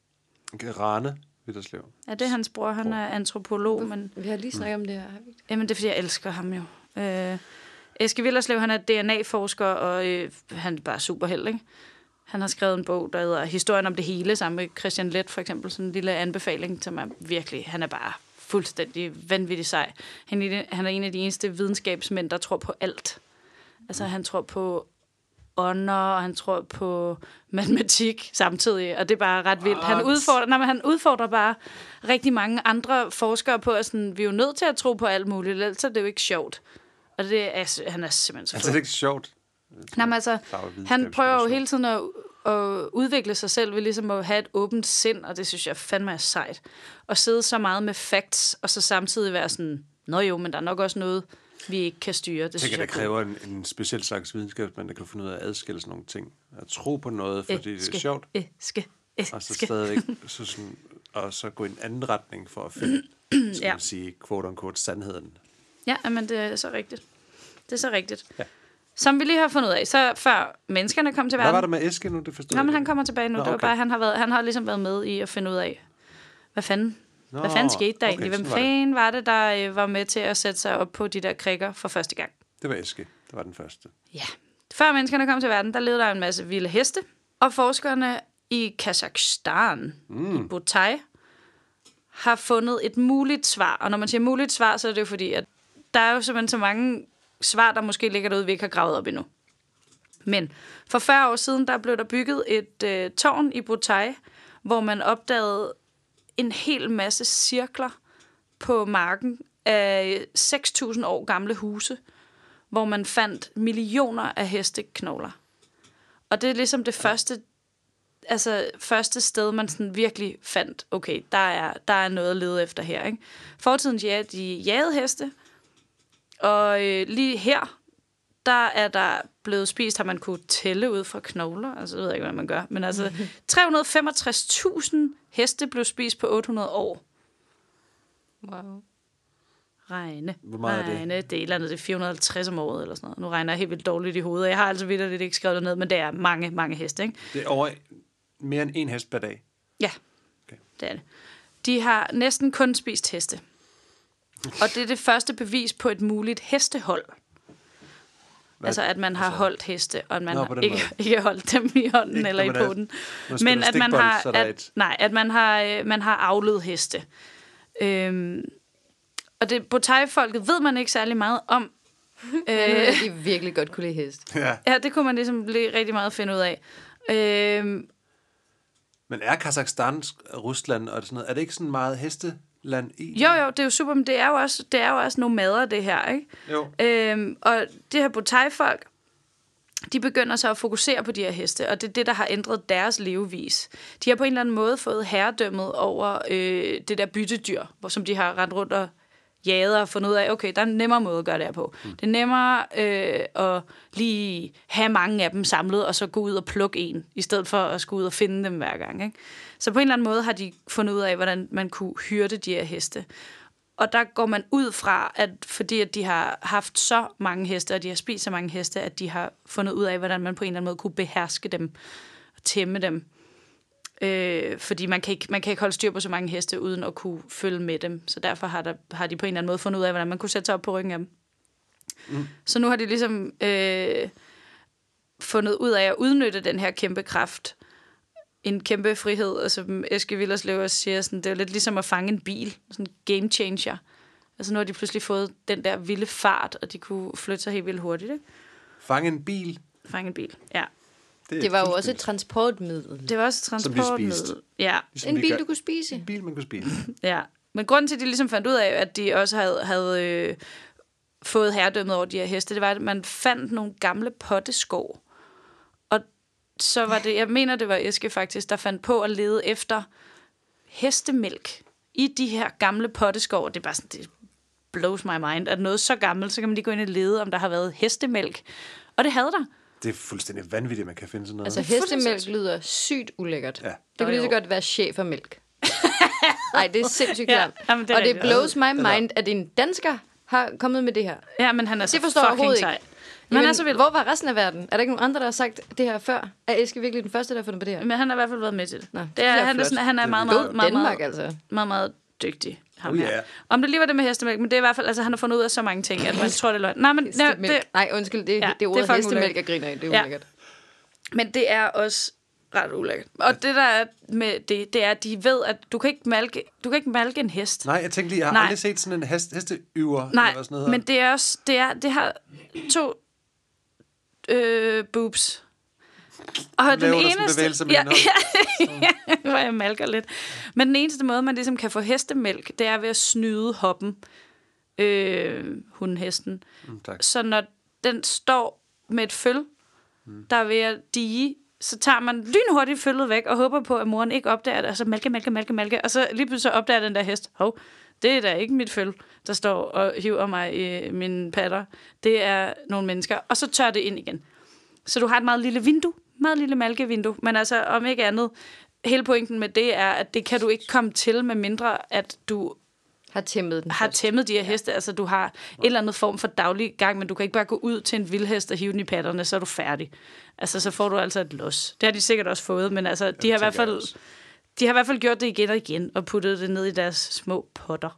Rane Willerslev. Ja, det er hans bror. Han er antropolog. Men... Vi har lige snakket om det her. Jamen, det er, fordi jeg elsker ham jo. Øh, Eske Willerslev, han er D N A-forsker, og øh, han er bare superheld, ikke? Han har skrevet en bog, der hedder Historien om det hele, sammen med Christian Leth, for eksempel. Sådan en lille anbefaling, som er virkelig... Han er bare fuldstændig vanvittig sej. Han er, han er en af de eneste videnskabsmænd, der tror på alt. Altså, han tror på ånder, og han tror på matematik samtidig, og det er bare ret vildt. Han udfordrer, nej, men han udfordrer bare rigtig mange andre forskere på, at sådan, vi er jo nødt til at tro på alt muligt, ellers er det jo ikke sjovt. Og det er, han er simpelthen så altså, det er ikke sjovt. Nej, men altså, han prøver jo hele tiden at, at udvikle sig selv ved ligesom at have et åbent sind, og det synes jeg fandme er sejt. Og sidde så meget med facts, og så samtidig være sådan, nå jo, men der er nok også noget, vi ikke kan styre. Det jeg synes tænker, jeg, det kræver en, en speciel slags videnskabsmand, der kan finde ud af at adskille sådan nogle ting. At tro på noget, fordi Eske, det er sjovt. Eske, eske. Og så stadigvæk så sådan, og så gå i en anden retning for at finde, skal ja. man sige, quote unquote, sandheden. Ja, men det er så rigtigt. Det er så rigtigt. Ja. Som vi lige har fundet ud af, så før menneskerne kom til verden... Hvad var der med Eske nu, det forstod Nå, men jeg han kommer tilbage nu. Nå, Det var okay. bare, han har, været, han har ligesom været med i at finde ud af, hvad fanden, Nå, hvad fanden skete der okay, egentlig? Hvem sådan var det. fanden var det, der øh, var med til at sætte sig op på de der krikker for første gang? Det var Eske. Det var den første. Ja. Før menneskerne kom til verden, der levede der en masse vilde heste. Og forskerne i Kazakhstan, mm. i Botay, har fundet et muligt svar. Og når man siger muligt svar, så er det jo fordi, at der er jo simpelthen så mange svar, der måske ligger derude, vi ikke har gravet op endnu. Men for fyrre år siden, der blev der bygget et øh, tårn i Botay, hvor man opdagede en hel masse cirkler på marken af seks tusind år gamle huse, hvor man fandt millioner af hesteknogler. Og det er ligesom det første, altså første sted, man sådan virkelig fandt, okay, der er, der er noget at lede efter her. Ikke? Fortidens ja, de jagede heste, og øh, lige her, der er der blevet spist, har man kunne tælle ud fra knogler, altså jeg ved ikke, hvad man gør, men altså tre hundrede og femogtres tusind heste blev spist på otte hundrede år. Wow. Regne. Hvor meget er det? Regne. Det er et eller andet, det er fire hundrede og halvtreds om året, eller sådan noget. Nu regner jeg helt vildt dårligt i hovedet. Jeg har altså vitterligt ikke skrevet det ned, men det er mange, mange heste, ikke? Det er over mere end en hest per dag. Ja, okay. Det er det. De har næsten kun spist heste. Og det er det første bevis på et muligt hestehold. Hvad? Altså, at man har altså, holdt heste, og at man Nå, ikke, ikke holdt dem i hånden ikke, eller i poten. Men at man har, at, et... nej, at man har, man har avlet heste. Øhm, og det Botay-folket ved man ikke særlig meget om. øh, de virkelig godt kunne lide hest. Ja. ja, det kunne man ligesom rigtig meget finde ud af. Øhm, Men er Kazakhstan, Rusland og sådan noget, er det ikke sådan meget hesteland i? Jo, jo, det er jo super, men det er jo også, det er jo også nomader, det her, ikke? Jo. Øhm, og det her Botay-folk, de begynder så at fokusere på de her heste, og det er det, der har ændret deres levevis. De har på en eller anden måde fået herredømmet over øh, det der byttedyr, hvor, som de har rendt rundt og jaget og fundet ud af, okay, der er en nemmere måde at gøre det her på. Mm. Det er nemmere øh, at lige have mange af dem samlet, og så gå ud og plukke en, i stedet for at skulle ud og finde dem hver gang. Ikke? Så på en eller anden måde har de fundet ud af, hvordan man kunne hyrde de her heste. Og der går man ud fra, at fordi at de har haft så mange heste, og de har spist så mange heste, at de har fundet ud af, hvordan man på en eller anden måde kunne beherske dem og tæmme dem. Øh, fordi man kan, ikke, man kan ikke holde styr på så mange heste, uden at kunne følge med dem. Så derfor har, der, har de på en eller anden måde fundet ud af, hvordan man kunne sætte sig op på ryggen af dem. Mm. Så nu har de ligesom øh, fundet ud af at udnytte den her kæmpe kraft. En kæmpe frihed, og som Eske Willerslev siger, sådan, det er lidt ligesom at fange en bil. Sådan en game changer. Altså nu har de pludselig fået den der vilde fart, og de kunne flytte sig helt vildt hurtigt. Ikke? Fange en bil? Fange en bil, ja. Det, det var jo også et transportmiddel. Det var også et transportmiddel. Ja. Ligesom en bil, du kunne spise. En bil, man kunne spise. Ja. Men grunden til, at de ligesom fandt ud af, at de også havde, havde øh, fået herredømmet over de her heste, det var, at man fandt nogle gamle potteskår. Og så var det, jeg mener, det var Eske faktisk, der fandt på at lede efter hestemælk i de her gamle potteskår. Det er bare sådan, det blows my mind, at noget så gammelt, så kan man lige gå ind og lede, om der har været hestemælk. Og det havde der. Det er fuldstændig vanvittigt, man kan finde sådan noget. Altså, hestemælk lyder sygt ulækkert. Ja. Det kunne lige så godt være chefermælk. Nej, det er sindssygt Ja, klart. jamen, det er og det rigtigt. blows my mind, at en dansker har kommet med det her. Ja, men han er så Det forstår jeg fucking overhovedet sej. ikke. Men han Men er så vild. hvor var resten af verden? Er der ikke nogen andre, der har sagt det her før? Er Eske virkelig den første, der har fundet på det her? Men han har i hvert fald været med til det. Nå, det det er, er han, er flot. sådan, han er meget, Det er meget, meget, Danmark, meget, altså. meget, meget dygtig. Ham Oh, her. yeah. Om det lige var det med hestemælk, men det er i hvert fald, altså han har fundet ud af så mange ting, at man tror, det er løgn. Nej, men, nej, Hestemælk. det, Nej, undskyld, det, Ja, det, det er er ordet fucking hestemælk, ulækkert. jeg griner af. Det er Ja. ulækkert. men det er også ret ulækkert. Og det der er med det, det er, at de ved, at du kan ikke malke, du kan ikke malke en hest. Nej, jeg tænkte lige, jeg har Nej. aldrig set sådan en hest, hesteyver. Nej, eller hvad sådan noget men det er også, det er, det har to øh, boobs. Og den Laver der sådan eneste, bevægelser med ja, din hånd? ja, hvor jeg malker lidt. Men den eneste måde, man ligesom kan få hestemælk, det er ved at snyde hoppen, øh, hundhesten. Mm, tak. Så når den står med et føl, mm. der er ved at dige, så tager man lynhurtigt følget væk og håber på, at moren ikke opdager det, og så malke, malke, malke, malke, og så lige pludselig så opdager den der hest, hov, det er da ikke mit føl, der står og hiver mig i mine patter. Det er nogle mennesker, og så tør det ind igen. Så du har et meget lille vindue, meget lille malkevindue, men altså om ikke andet, hele pointen med det er, at det kan du ikke komme til, med mindre at du Har tæmmet den har først. tæmmet de her heste. Altså, du har en eller anden form for daglig gang, men du kan ikke bare gå ud til en vildhest og hive den i patterne, så er du færdig. Altså, så får du altså et los. Det har de sikkert også fået, men altså, de har, i hvert fald, de har i hvert fald gjort det igen og igen, og puttet det ned i deres små potter.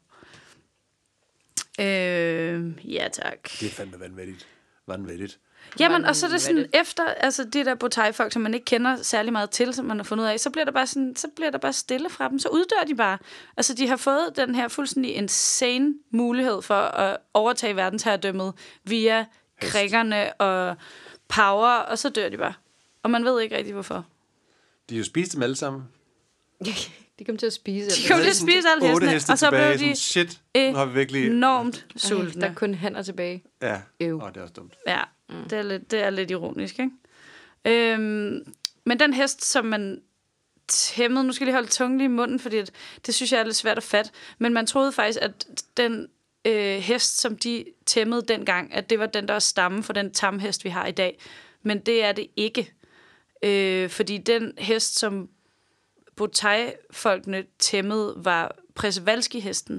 Øh, ja, tak. Det er fandme vanvittigt. Vanvittigt. Jamen, og så er det sådan, efter altså, de der botai-folk, som man ikke kender særlig meget til, som man har fundet ud af, så bliver der bare sådan, så bliver der bare stille fra dem, så uddør de bare. Altså, de har fået den her fuldstændig insane mulighed for at overtage verdensherredømmet via kriggerne og power, og så dør de bare. Og man ved ikke rigtig, hvorfor. De har jo spist dem alle sammen. De kom til at spise. De kom til at spise alle Otte hestene, heste og så tilbage. blev de Sådan, shit, nu har vi virkelig... enormt Ej, sultne. der er kun hanner tilbage. Ja, Øv. Åh, det er også dumt. Ja, mm. det, er lidt, det er lidt ironisk, ikke? Øhm, men den hest, som man tæmmede, nu skal jeg lige holde tungen lige i munden, fordi det, det synes jeg er lidt svært at fatte, men man troede faktisk, at den øh, hest, som de tæmmede dengang, at det var den, der var stammen for den tamhest, vi har i dag. Men det er det ikke. Øh, fordi den hest, som botai-folkene tæmmede, var Przewalski-hesten.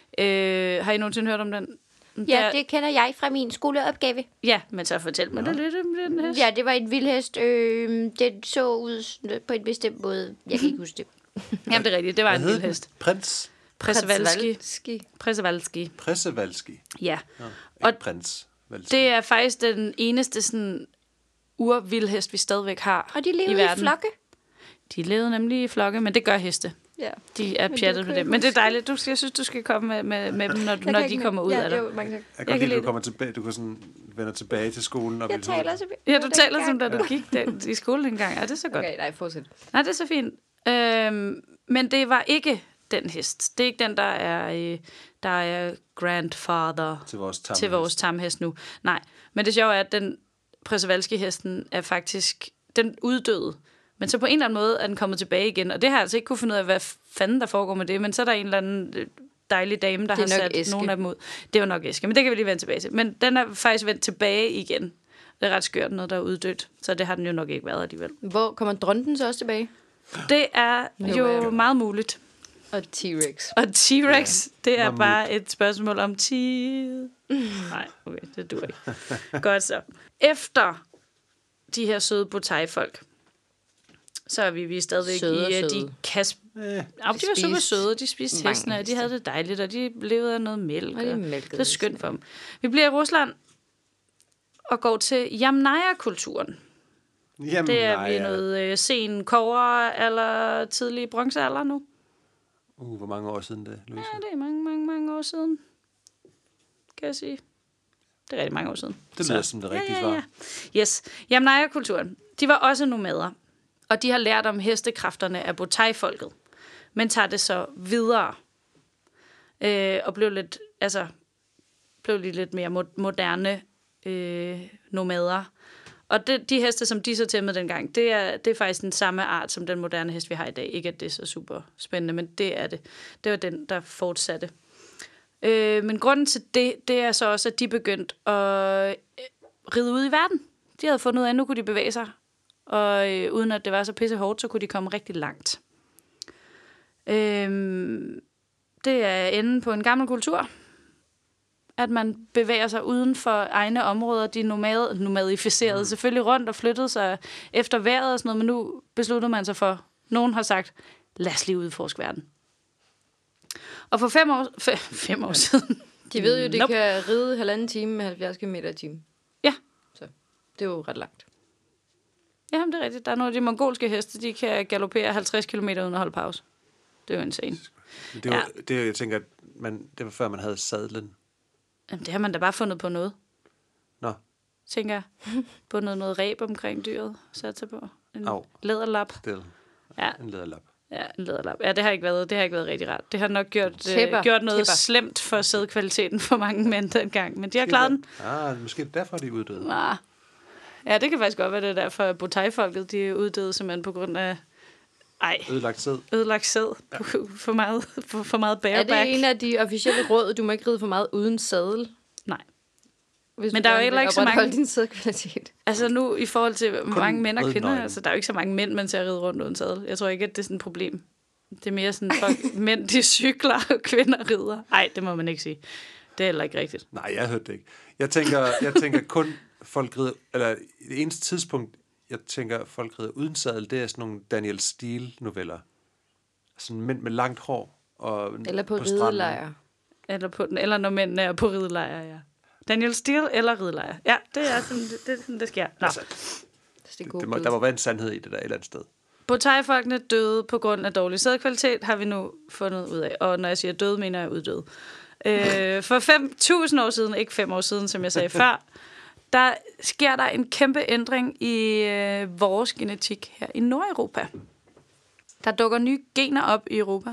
Øh, har I nogensinde hørt om den? Ja, Der- det kender jeg fra min skoleopgave. Ja, men så fortæl mig det lidt om den hest. Ja, det var en vildhest. Øh, den så ud sådan på en bestemt måde. Jeg kan ikke huske det. Jamen, det er rigtigt. Det var Hvad en hed vild den? hest. Prins Przewalski. Ski. Przewalski. Przewalski. Ja. Nå, Og ikke prins. Valski. Det er faktisk den eneste sådan urvildhest, vi stadigvæk har Og de i levede i, verden. flokke. De levede nemlig i flokke, men det gør heste. Ja. De er Men det pjattet kunne med jeg det. Men det er huske. dejligt. Du, jeg synes, du skal komme med, med, med dem, når, Jeg når kan de ikke kommer ud mere. af ja, dig. det. Mange tak. Jeg kan kan godt lide, lide at du kommer tilbage. Du kan sådan vender tilbage til skolen. Og Jeg bliver taler sådan- så Ja, du taler som da du gik den, i skole dengang. Ja, det er så godt. Okay, nej, fortsæt. Nej, det er så fint. Øhm, men det var ikke den hest. Det er ikke den, der er, øh, der er grandfather til vores tamhest. til vores tamhest nu. Nej, men det sjove er, at den Przewalski-hesten er faktisk, den uddøde. Men så på en eller anden måde er den kommet tilbage igen. Og det har jeg altså ikke kunne finde ud af, hvad fanden der foregår med det. Men så er der en eller anden øh, dejlig dame, der Det er har nok sat Eske. nogle af dem ud. Det var nok Eske, men det kan vi lige vende tilbage til. Men den er faktisk vendt tilbage igen. Det er ret skørt, noget der er uddødt. Så det har den jo nok ikke været alligevel. Hvor kommer dronten så også tilbage? Det er Nu jo er jeg- meget muligt. Og T-Rex. Og T-Rex, det er Mammut. bare et spørgsmål om tid. Nej, okay, det duer ikke. Godt så. Efter de her søde botai-folk, så er vi, vi er stadigvæk Søde og i, at søde. de kan... Eh, Ja, de var super spiste søde, de spiste mange hestene, og de heste. havde det dejligt, og de levede af noget mælk. Og de og mælkede det er skønt for dem. Vi bliver i Rusland og går til Yamnaya-kulturen. Jamen, Det er nej, vi ja. noget øh, sen kover eller tidlig bronzealder nu. Uh, hvor mange år siden det, Louise? Ja, det er mange, mange, mange år siden, kan jeg sige. Det er rigtig mange år siden. Det lyder som det rigtige ja, ja, ja. svar. Yes. Yamnaya-kulturen, de var også nomader, og de har lært om hestekræfterne af botai-folket, men tager det så videre. Øh, og blev lidt, altså, blev de lidt mere mo- moderne øh, nomader. Og det, de heste, som de så tæmmede dengang, det er, det er faktisk den samme art som den moderne hest, vi har i dag. Ikke at det er så super spændende, men det er det. Det var den, der fortsatte. Øh, men grunden til det, det er så også, at de begyndte at ride ud i verden. De havde fundet ud af, at nu kunne de bevæge sig. Og øh, uden at det var så pisse hårdt, så kunne de komme rigtig langt. Øh, det er enden på en gammel kultur. At man bevæger sig uden for egne områder. De nomad, nomadificerede mm. selvfølgelig rundt og flyttede sig efter vejret og sådan noget, men nu besluttede man sig for, nogen har sagt, lad os lige udforske verden. Og for fem år, f- fem år siden... De ved jo, de nope. kan ride halvanden time med halvfjerds kilometer i timen. Ja. Så det er jo ret langt. Jamen, det er rigtigt. Der er nogle af de mongolske heste, de kan galoppere halvtreds kilometer uden at holde pause. Det er jo insane. Det var, ja. det, jeg tænker, at man, det var før, man havde sadlen. Jamen, det har man da bare fundet på noget. Nå. Tænker jeg. Bundet noget ræb omkring dyret. Sat sig på. En Au. læderlap. Stil. Ja. En læderlap. Ja, en læderlap. Ja, det har ikke været, det har ikke været rigtig rart. Det har nok gjort, Tæpper. øh, gjort noget Tæpper. slemt for sædkvaliteten for mange mænd dengang. Men de har klaret den. Ah, måske derfor er de uddøde. Ah. Ja, det kan faktisk godt være, det er derfor, at Botai-folket, de er uddøde simpelthen på grund af ej, Ødelagt sæd. ødelagt sæd. Ja. For meget, for, for meget bareback. Er det en af de officielle råd, du må ikke ride for meget uden sadel? Nej. Hvis Men du der er jo gerne heller vil ikke så opretholde mange- din sædkvalitet. Altså nu, i forhold til hvor mange mænd og rød kvinder, nøgle. altså der er jo ikke så mange mænd, man ser ride rundt uden sadel. Jeg tror ikke, at det er sådan et problem. Det er mere sådan, folk, mænd de cykler, og kvinder rider. Nej, det må man ikke sige. Det er heller ikke rigtigt. Nej, jeg hørte det ikke. Jeg tænker, jeg tænker kun folk rider, eller det eneste tidspunkt, jeg tænker folk rider uden sadel, det er sådan nogle Daniel Steele-noveller. Sådan mænd med langt hår. Og Eller på, på stranden. ridelejr. Eller, på den, eller når mændene er på ridelejr, ja. Daniel Steele eller ridelejr. Ja, det er sådan, det, det, er sådan, det sker. Nå. Altså, Det, det, det må, der må være en sandhed i det der et eller andet sted. Botai-folkene døde på grund af dårlig sædkvalitet, har vi nu fundet ud af. Og når jeg siger døde, mener jeg uddøde. Øh, for fem tusind år siden, ikke fem år siden, som jeg sagde før, der sker der en kæmpe ændring i øh, vores genetik her i Nordeuropa. Der dukker nye gener op i Europa.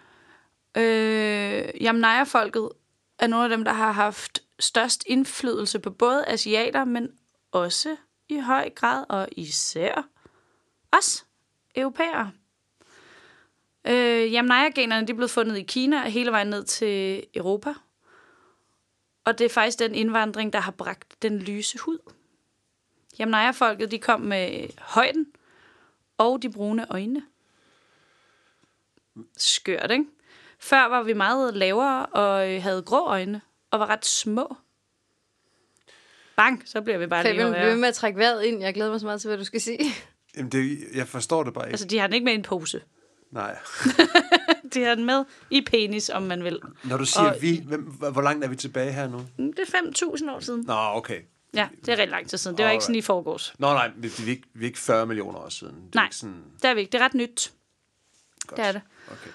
Øh, Yamnaya-folket er nogle af dem, der har haft størst indflydelse på både asiater, men også i høj grad og især os, europæere. Øh, Yamnaya-generne de er blevet fundet i Kina hele vejen ned til Europa. Og det er faktisk den indvandring, der har bragt den lyse hud. Yamnaya-folket de kom med højden og de brune øjne. Skørt, ikke? Før var vi meget lavere og havde grå øjne og var ret små. Bang, så bliver vi bare lige Fabian, over. bliver ved med at trække vejret ind. Jeg glæder mig så meget til, hvad du skal sige. Jamen, det, jeg forstår det bare ikke. Altså, de har den ikke med i en pose. Nej. De har den med i penis, om man vil. Når du siger Og- vi, hvem, hvor langt er vi tilbage her nu? Det er fem tusind år siden. Nå, okay. Ja, det er rigtig lang tid siden. Det var ikke sådan i forgårs. Nå, nej, vi, vi, er ikke, vi er ikke fyrre millioner år siden. Det er Nej. ikke sådan, Det er vi ikke. Det er ret nyt. godt. Det er det. Okay.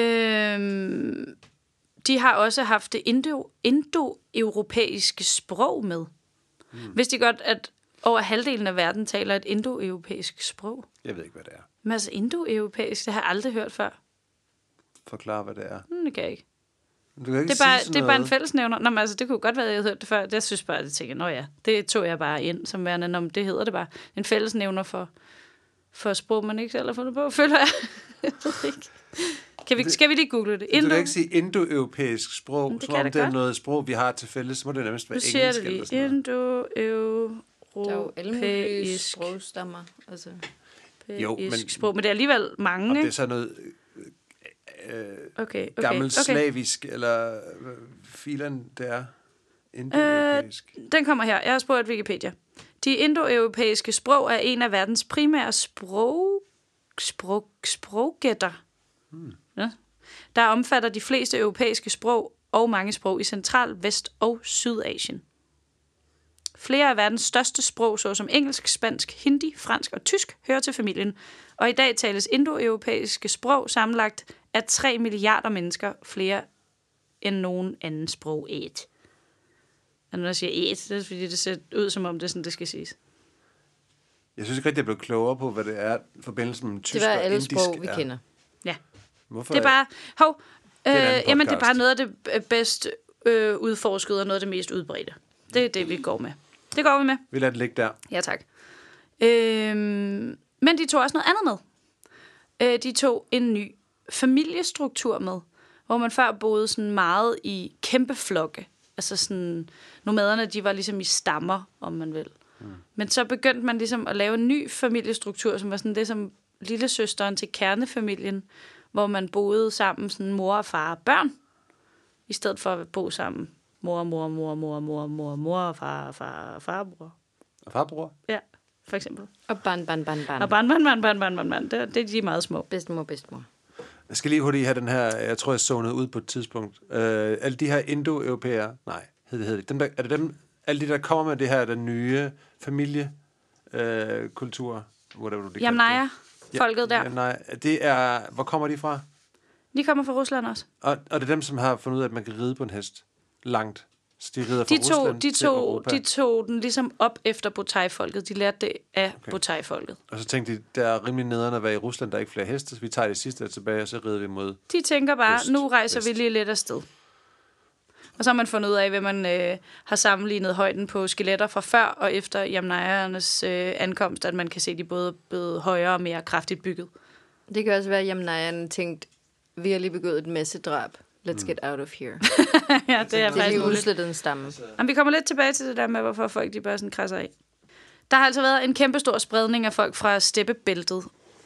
Øhm, de har også haft det indo, indo-europæiske sprog med. Mm. Vidste de godt, at over halvdelen af verden taler et indo-europæisk sprog? Jeg ved ikke, hvad det er. Men altså indo-europæisk, det har jeg aldrig hørt før. Forklar, hvad det er. Hmm, det kan jeg ikke. Du kan ikke Det er bare, sige sådan det er bare en noget. fællesnævner. Nå, men altså, det kunne godt være, at jeg havde hørt det før. Jeg synes bare, at jeg tænker, nå ja, det tog jeg bare ind som værende. Nå, men det hedder det bare. En fællesnævner for, for sprog, man ikke selv har fundet på, føler jeg. Jeg ved ikke. Kan vi, skal vi lige google det? Du Indo, kan ikke sige indo-europæisk sprog, det som kan om jeg det da er godt. noget sprog, vi har til fælles. Så må det nærmest være nu siger jeg engelsk det eller sådan lige. noget. Der er jo alle mulige Indo-europæisk sprogstammer. Altså. Jo, men- sprog. Men det er alligevel mange, Og det er ikke? så noget øh, Okay, okay, gammelt okay. slavisk, eller hvad filen det er. Indo-europæisk. Øh, Den kommer her. Jeg har spurgt Wikipedia. De indoeuropæiske sprog er en af verdens primære sprog, sprog, sproggætter. Hmm. Ja. Der omfatter de fleste europæiske sprog og mange sprog i Central-, Vest- og Sydasien. Flere af verdens største sprog, såsom engelsk, spansk, hindi, fransk og tysk, hører til familien. Og i dag tales indoeuropæiske sprog sammenlagt af tre milliarder mennesker, flere end nogen anden sprog et. Og når jeg siger et, det er fordi, det ser ud som om, det er sådan, det skal siges. Jeg synes ikke rigtig, jeg blev klogere på, hvad det er, forbindelsen mellem tysk Det var og alle indisk sprog, vi er. kender. Ja. Hvorfor Det er bare... Hov, øh, en anden jamen, det er podcast. bare noget af det bedst øh, udforskede og noget af det mest udbredte. Det er det, vi går med. Det går vi med. Vi lader det ligge der. Ja, tak. Øhm, men de tog også noget andet med. Øh, de tog en ny familiestruktur med, hvor man før boede sådan meget i kæmpe flokke. Altså sådan, nomaderne, de var ligesom i stammer, om man vil. Mm. Men så begyndte man ligesom at lave en ny familiestruktur, som var sådan det som lillesøsteren til kernefamilien, hvor man boede sammen, sådan mor og far og børn, i stedet for at bo sammen mor, mor, mor, mor, mor, mor, mor og far, far, farbror. Og farbror? Ja, for eksempel. Og barn, barn, barn, barn. Og barn, barn, barn, barn, barn, barn, barn. Det, det er de meget små. Bedstemor, bedstemor. Jeg skal lige hurtigt have den her, jeg tror, jeg så noget ud på et tidspunkt. Uh, alle de her indo-europæere, nej, hed det, hed det. Dem, der, er det dem, alle de, der kommer med det her, den nye familiekultur? Uh, whatever du Jamen, nej, folket der. Ja, nej, det er, hvor kommer de fra? De kommer fra Rusland også. Og, og det er dem, som har fundet ud af, at man kan ride på en hest langt. Så de rider fra de tog, Rusland de til tog, Europa. De tog den ligesom op efter Botai-folket. De lærte det af okay. Botai-folket. Og så tænkte de, der er rimelig nederen at være i Rusland, der er ikke flere heste, så vi tager det sidste tilbage, og så rider vi mod De tænker bare, øst, nu rejser vest. vi lige lidt afsted. Og så har man fundet ud af, hvad man øh, har sammenlignet højden på skeletter fra før og efter Yamnaiernes øh, ankomst, at man kan se, at de både er blevet højere og mere kraftigt bygget. Det kan også være, at Yamnaierne tænkte, vi har lige begået et massedrab. Let's mm. get out of here. Ja, det er Det er faktisk lige muligt. udslettet en stamme. Jamen, vi kommer lidt tilbage til det der med, hvorfor folk de bare sådan krasser af. Der har altså været en kæmpe stor spredning af folk fra steppebæltet.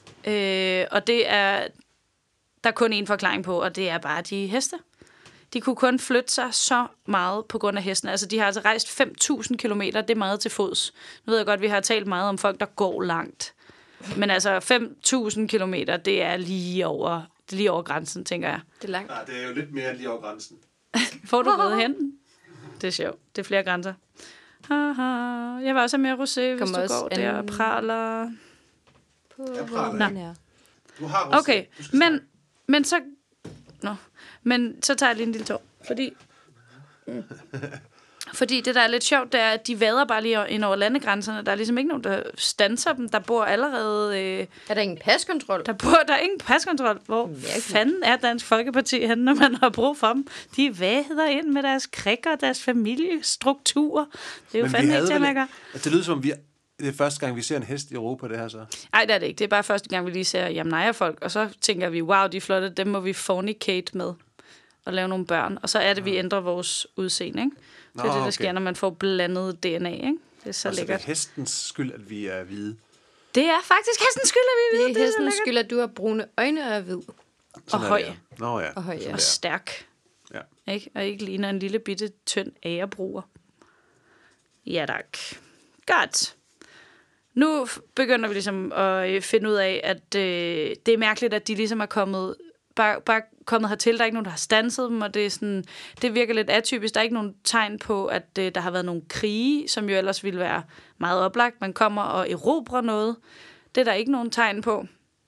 Øh, og det er der er kun én forklaring på, og det er bare de heste. De kunne kun flytte sig så meget på grund af hestene. Altså, de har altså rejst fem tusind kilometer, det er meget til fods. Nu ved jeg godt, vi har talt meget om folk, der går langt. Men altså, fem tusind kilometer, det er lige over, det er lige over grænsen, tænker jeg. Det er langt. Nej, det er jo lidt mere lige over grænsen. Får du gået hen? Det er sjovt. Det er flere grænser. Haha. Jeg var også mere rosé, hvis Kommer du også går der og an- praler. Jeg praler ikke. Ja. Du har rosé. Okay, Du skal men, snakke. men så... Nå. Men så tager jeg lige en lille tår. Fordi... Mm. Fordi det, der er lidt sjovt, det er, at de vader bare lige ind over landegrænserne. Der er ligesom ikke nogen, der standser dem. Der bor allerede... Øh, Er der ingen paskontrol? der bor der er ingen paskontrol. Hvor Mærkeligt. fanden er Dansk Folkeparti henne, når man har brug for dem? De vader ind med deres krikker og deres familiestrukturer. Det er jo Men vi fandme havde ikke til at vel- mærke. Altså, det lyder som om, vi det er første gang, vi ser en hest i Europa, det her så. Nej, det er det ikke. Det er bare første gang, vi lige ser Yamnaia-folk. Og så tænker vi, wow, de er flotte. Dem må vi fornicate med og lave nogle børn. Og så er det, vi ændrer vores udseende, ikke? Det er Nå, det, der okay. sker, når man får blandet D N A, ikke? Det er så Og så det lækkert. er hestens skyld, at vi er hvide. Det er faktisk hestens skyld, at vi ved, Det det er er så hestens lækkert. skyld, at du har brune øjne og er hvid. Sådan er høj. det, ja. Nå ja. Og høj, ja. Sådan Og der. stærk. Ja. Ikke? Og ikke ligner en lille bitte tynd ærebruger. Ja, tak. Godt. Nu f- begynder vi ligesom at øh, finde ud af, at øh, det er mærkeligt, at de ligesom er kommet, bare, bare kommet hertil. Der er ikke nogen, der har standset dem, og det, er sådan, det virker lidt atypisk. Der er ikke nogen tegn på, at øh, der har været nogle krige, som jo ellers ville være meget oplagt. Man kommer og erobrer noget. Det er der ikke nogen tegn på.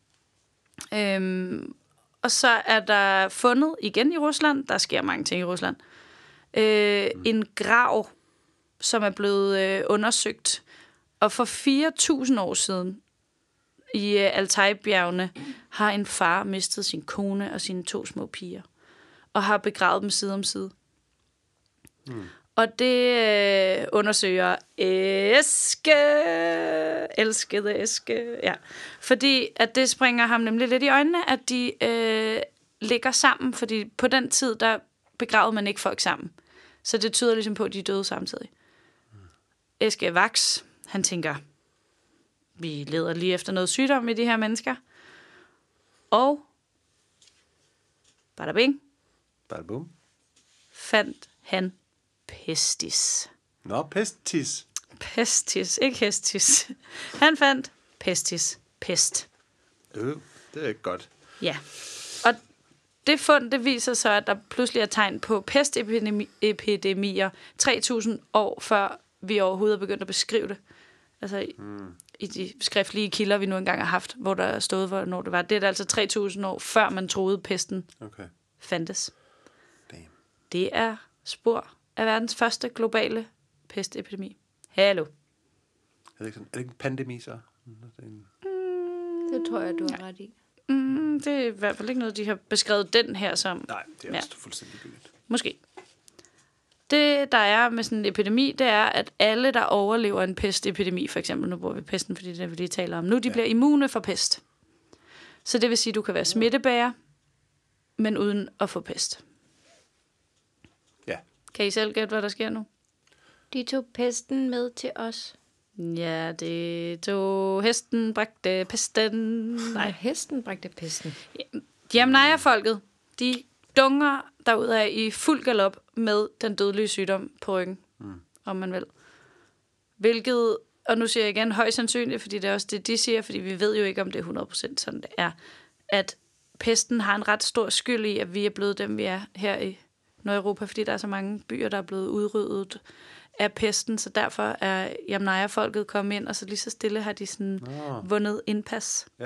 Øhm, og så er der fundet igen i Rusland, der sker mange ting i Rusland, øh, mm. en grav, som er blevet øh, undersøgt. Og for fire tusind år siden i øh, Altaj-bjergene har en far mistet sin kone og sine to små piger. Og har begravet dem side om side. Mm. Og det øh, undersøger Eske, elskede Eske, ja. Fordi at det springer ham nemlig lidt i øjnene, at de øh, ligger sammen, fordi på den tid, der begravede man ikke folk sammen. Så det tyder ligesom på, at de er døde samtidig. Mm. Eske er vaks, han tænker, vi leder lige efter noget sygdom i de her mennesker. Og, bada bing, Bada bum. fandt han pestis. Nå, pestis. Pestis, ikke hestis. Han fandt pestis. Pest. Øh, det er ikke godt. Ja. Og det fund, det viser så, at der pludselig er tegn på pestepidemier tre tusind år før vi overhovedet er begyndt at beskrive det. Altså mm. i de skriftlige kilder, vi nu engang har haft, hvor der stod, hvornår det var. Det er altså tre tusind år før man troede, pesten Okay. fandtes. Damn. Det er spor af verdens første globale pestepidemi. Hallo. Er det ikke, sådan, er det ikke en pandemi så? Det er en... Det tror jeg, du har ret i. Mm, det er i hvert fald ikke noget, de har beskrevet den her som. Nej, det er Ja. også fuldstændig gyldigt. Måske. det, der er med sådan en epidemi, det er, at alle, der overlever en pestepidemi, for eksempel, nu bruger vi pesten, fordi det er, vi lige taler om nu, de ja. bliver immune for pest. Så det vil sige, at du kan være smittebærer, men uden at få pest. Ja. Kan I selv gætte, hvad der sker nu? De tog pesten med til os. Ja, det tog hesten bragte pesten. Nej, hesten bragte pesten. Yamnaya-folket, de dunger derudad i fuld galop med den dødelige sygdom på ryggen, mm. om man vil. Hvilket, og nu siger jeg igen højst sandsynligt, fordi det er også det, de siger, fordi vi ved jo ikke, om det er hundrede procent sådan det er, at pesten har en ret stor skyld i, at vi er blevet dem, vi er her i Nordeuropa, fordi der er så mange byer, der er blevet udryddet af pesten, så derfor er Yamnaya-folket kommet ind, og så lige så stille har de sådan oh. vundet indpas. Ja.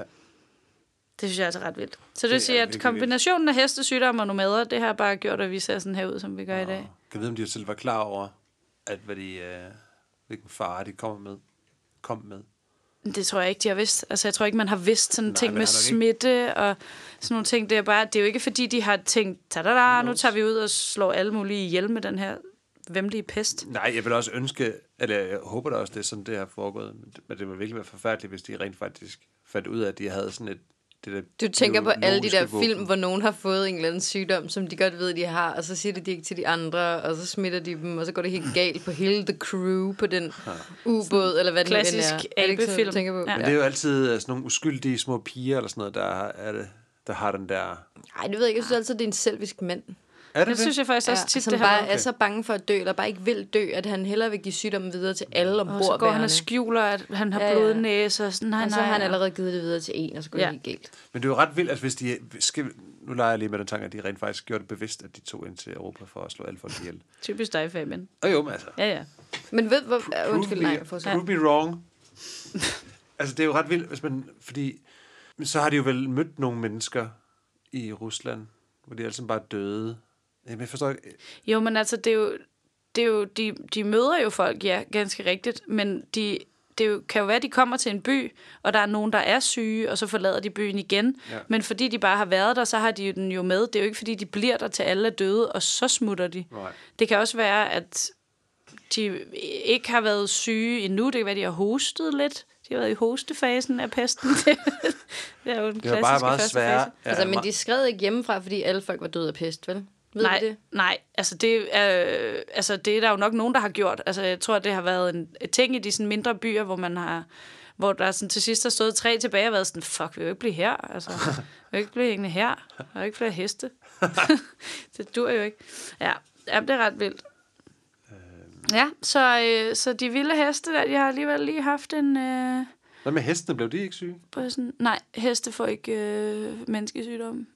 Det synes jeg altså ret vildt. Så det, det siger, at kombinationen vildt. af hestesygdomme og nomader, det har bare gjort, at vi ser sådan her ud, som vi gør oh. i dag. Kan jeg vide, om de selv var klar over, at hvad de, øh, hvilken fare de kommer med, kom med? Det tror jeg ikke, de har vidst. Altså, jeg tror ikke, man har vidst sådan Nej, ting med smitte ikke. Og sådan nogle ting. Det er bare, det er jo ikke, fordi de har tænkt, tada, nu tager vi ud og slår alle mulige ihjel med den her vemmelige pest. Nej, jeg vil også ønske, eller jeg håber da også, det er sådan, det har foregået. Men det vil virkelig være forfærdeligt, hvis de rent faktisk fandt ud af, at de havde sådan et det der Du tænker på alle de der våben. film, hvor nogen har fået en eller anden sygdom, som de godt ved, de har, og så siger de det ikke til de andre, og så smitter de dem, og så går det helt galt på hele the crew på den ja. ubåd, eller hvad det nu end er. Klassisk abefilm. tænker på? Ja. Men det er jo altid sådan nogle uskyldige små piger, eller sådan noget, der, er det, der har den der... Nej, det ved jeg ikke. Jeg synes altid, det er en selvisk mand. Er det det, det synes jeg faktisk også ja, tit, som det bare okay. er så bange for at dø, eller bare ikke vil dø, at han hellere vil give sygdommen videre til alle ombord. Og så går han og skjuler, at han har ja, ja. blodnæse, og sådan, nej, og så nej, har han ja. allerede givet det videre til en, og så går ja. det helt galt. Men det er jo ret vildt, at hvis de... Skal, nu leger jeg lige med den tanke, at de rent faktisk gjorde det bevidst, at de tog ind til Europa for at slå alle folk ihjel. Typisk dig, Fabian. Og jo, men altså... Ja, ja. Men ved hvor... Prove Undskyld, nej, me, prove me wrong. Altså, det er jo ret vildt, hvis man... Fordi... Så har de jo vel mødt nogle mennesker i Rusland, hvor de altså bare døde. Jamen, jeg forstår ikke... Jo, men altså, det er jo... Det er jo de, de møder jo folk, ja, ganske rigtigt, men de... Det jo, kan jo være, at de kommer til en by, og der er nogen, der er syge, og så forlader de byen igen. Ja. Men fordi de bare har været der, så har de den jo med. Det er jo ikke, fordi de bliver der til alle er døde, og så smutter de. Nej. Det kan også være, at de ikke har været syge endnu. Det kan være, at de har hostet lidt. De har været i hostefasen af pesten. Det er jo den klassiske bare meget første svære. fase. Ja, altså, men de skrev ikke hjemmefra, fordi alle folk var døde af pest, vel? Ved nej, det? nej, altså det, er, altså det er der jo nok nogen, der har gjort. Altså jeg tror, det har været en et ting i de sådan mindre byer, hvor man har, hvor der sådan til sidst har stået tre tilbage og været sådan, fuck, vi vil jo ikke blive her. Altså, vi vil ikke blive hængende her. Der er jo ikke flere heste. Det dur jo ikke. Ja, jamen, det er ret vildt. Ja, så, øh, så de vilde heste, der, de har alligevel lige haft en... Øh, Hvad med hestene? Blev de ikke syge? sådan, nej, heste får ikke øh, menneskesygdomme.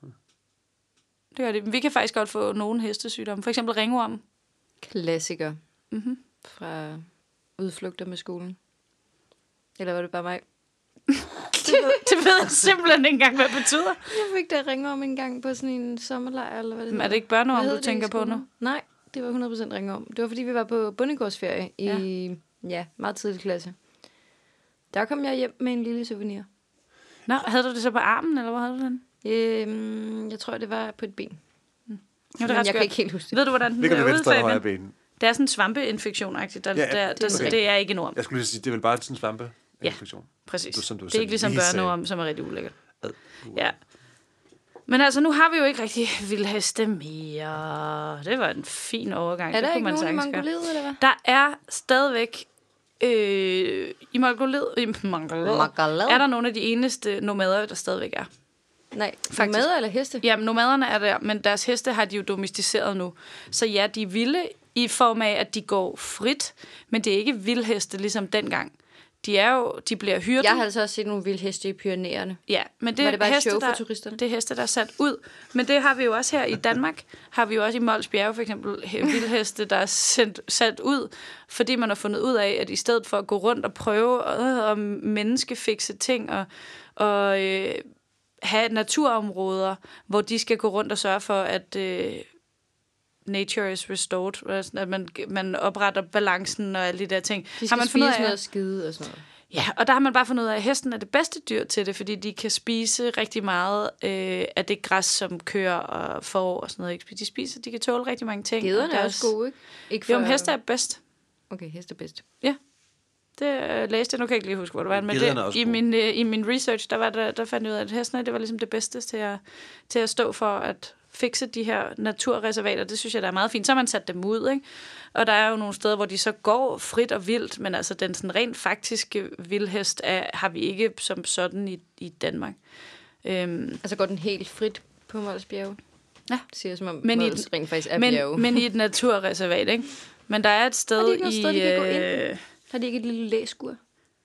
Det gør det. Vi kan faktisk godt få nogle hestesygdomme. For eksempel ringorm. Klassiker. Mm-hmm. Fra udflugter med skolen. Eller var det bare mig? det, ved, det ved jeg simpelthen ikke engang, hvad det betyder. Jeg fik da ringorm en gang på sådan en sommerlejr, eller hvad det Men er det ikke børneorm, du det tænker på nu? Nej, det var hundrede procent ringorm. Det var, fordi vi var på bondegårdsferie i ja. ja, meget tidlig klasse. Der kom jeg hjem med en lille souvenir. Nå, havde du det så på armen, eller hvor havde du den? Øhm, jeg tror, det var på et ben. Mm. Jo, det er jeg kan ikke helt huske det. Ved du, hvordan den Ligger er det ude, venstre eller højre Fabian? ben? Det er sådan en svampeinfektion-agtigt. Der, Ja, ja, der, der, okay. det er ikke en orm. Jeg skulle lige sige, det er vel bare sådan en svampeinfektion? Ja, præcis. Du, som du det er ikke ligesom børneorm, som er rigtig ulækkert. Ad, ja. Men altså, nu har vi jo ikke rigtig vilde heste mere. Det var en fin overgang. Er der det ikke man nogen i Mongoliet, Mongoliet, eller hvad? Der er stadigvæk... Øh, I Mongoliet, i Mongoliet er der nogle af de eneste nomader, der stadigvæk er. Nej, nomader eller heste? Ja, nomaderne er der, men deres heste har de jo domesticeret nu. Så ja, de er vilde i form af, at de går frit, men det er ikke vildheste ligesom dengang. De er jo, de bliver hyrdet. Jeg har altså også set nogle vilde heste i Pyrenæerne. Ja, men det, var det bare heste, show for der, turisterne? det er heste, der er sat ud. Men det har vi jo også her i Danmark. Har vi jo også i Mols Bjerge for eksempel vildheste, der er sendt, sat ud, fordi man har fundet ud af, at i stedet for at gå rundt og prøve øh, at menneskefikse ting og, og øh, have naturområder, hvor de skal gå rundt og sørge for, at øh, nature is restored, at man, man opretter balancen og alle de der ting. De skal har man spise fundet af, noget skide og sådan noget. Ja, og der har man bare fundet ud af, at hesten er det bedste dyr til det, fordi de kan spise rigtig meget øh, af det græs, som kører og får og sådan noget. Ikke? De spiser, de kan tåle rigtig mange ting. Gederne er deres... også gode, ikke? ikke for... Jo, men heste er bedst. Okay, heste er bedst. Ja, det øh, læste jeg. Nu kan jeg ikke lige huske, hvor det var. Men Gederne er det, også i, gode. min, øh, i min research, der, var der, der fandt jeg ud af, at hestene det var ligesom det bedste til at, til at stå for at fikse de her naturreservater. Det synes jeg, der er meget fint. Så har man sat dem ud, ikke? Og der er jo nogle steder, hvor de så går frit og vildt, men altså den sådan rent faktiske vildhest er, har vi ikke som sådan i, i Danmark. Øhm, Altså går den helt frit på Mols Bjerge? Ja. Det siger som om Men i Mols den- rent faktisk er bjerge. men, men i et naturreservat, ikke? Men der er et sted Har de ikke noget i... sted, de kan gå ind? øh, Har de ikke et lille læskur?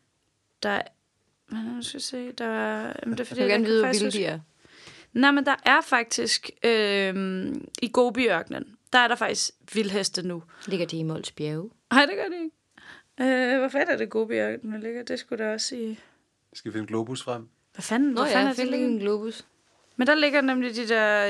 Der er... Hvad er det, jeg skal se? Der er... Jamen, det er fordi, Jeg vil gerne kan vide, hvor faktisk vilde de huske- er. Nej, men der er faktisk... Øh, I Gobiørkenen, der er der faktisk vildheste nu. Ligger de i Mols Bjerge? Nej, det gør det ikke. Øh, hvor fanden er det Gobiørkenen ligger? Det skulle der også i... Skal vi finde Globus frem? Hvad fanden, Nå hvor fanden ja, er det, find det lige ligger? en globus. Men der ligger nemlig de der...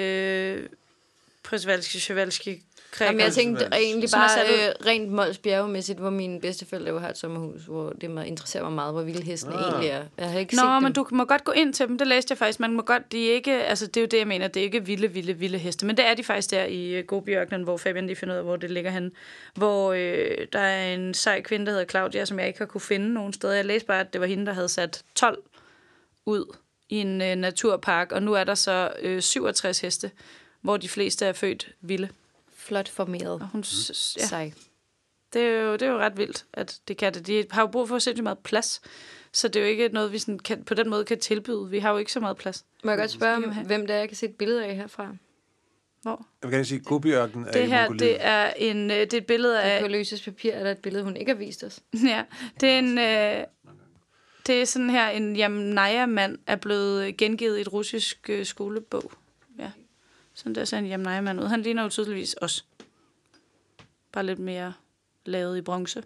Øh, Prisvalski, Chevalski, Jamen, jeg tænkte Som er egentlig sat bare ud. øh, rent Mols Bjerge-mæssigt, hvor mine bedsteforældre jo har et sommerhus, hvor det mig interesserer mig meget, hvor vilde hestene Ah. egentlig er. Jeg har ikke Nå, set men dem. du må godt gå ind til dem. Det læste jeg faktisk. Man må godt, de er ikke, altså det er jo det, jeg mener. Det er ikke vilde, vilde, vilde heste. Men det er de faktisk der i uh, Gobiørkenen, hvor Fabian lige finder ud af, hvor det ligger henne. Hvor øh, der er en sej kvinde, der hedder Claudia, som jeg ikke har kunne finde nogen steder. Jeg læste bare, at det var hende, der havde sat tolv ud i en øh, naturpark. Og nu er der så øh, syvogtres heste, hvor de fleste er født vilde. Flot formeret. Og hun, s- Ja. ja, Sej. det, er jo, det er jo ret vildt, at det kan det. De har jo brug for sindssygt meget plads. Så det er jo ikke noget, vi sådan kan, på den måde kan tilbyde. Vi har jo ikke så meget plads. Må jeg godt spørge, Skal vi om, have- hvem det er, jeg kan se et billede af herfra? Hvor? Jeg vil gerne sige, at Gobiørkenen er Det i her, Mongoliet. det er, en, øh, det er et billede Af... På af... løses papir er der et billede, hun ikke har vist os. Ja, det er en... Øh, det er sådan her, en Yamnaya-mand er blevet gengivet i et russisk øh, skolebog. Ja, sådan der ser en Yamnaya-mand ud. Han ligner jo tydeligvis os. Bare lidt mere lavet i bronze.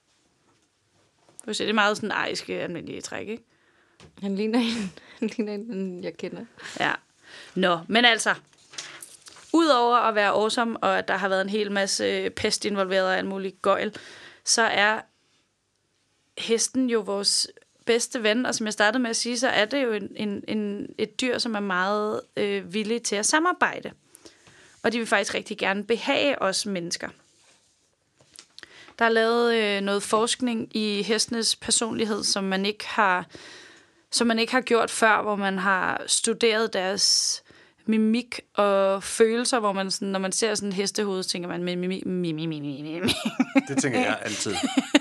Det er meget sådan ariske, almindelige træk, ikke? Han ligner en, han ligner en, jeg kender. Ja. Nå, men altså, udover at være awesome, og at der har været en hel masse pest involveret og alt muligt gøjl, så er hesten jo vores bedste ven, og som jeg startede med at sige, så er det jo en, en, en, et dyr, som er meget øh, villig til at samarbejde. Og de vil faktisk rigtig gerne behage os mennesker. Der er lavet øh, noget forskning i hestenes personlighed, som man ikke har som man ikke har gjort før, hvor man har studeret deres mimik og følelser, hvor man sådan, når man ser sådan en hestehoved, så tænker man mimik, mimik, mimik, mimik. Det tænker jeg altid.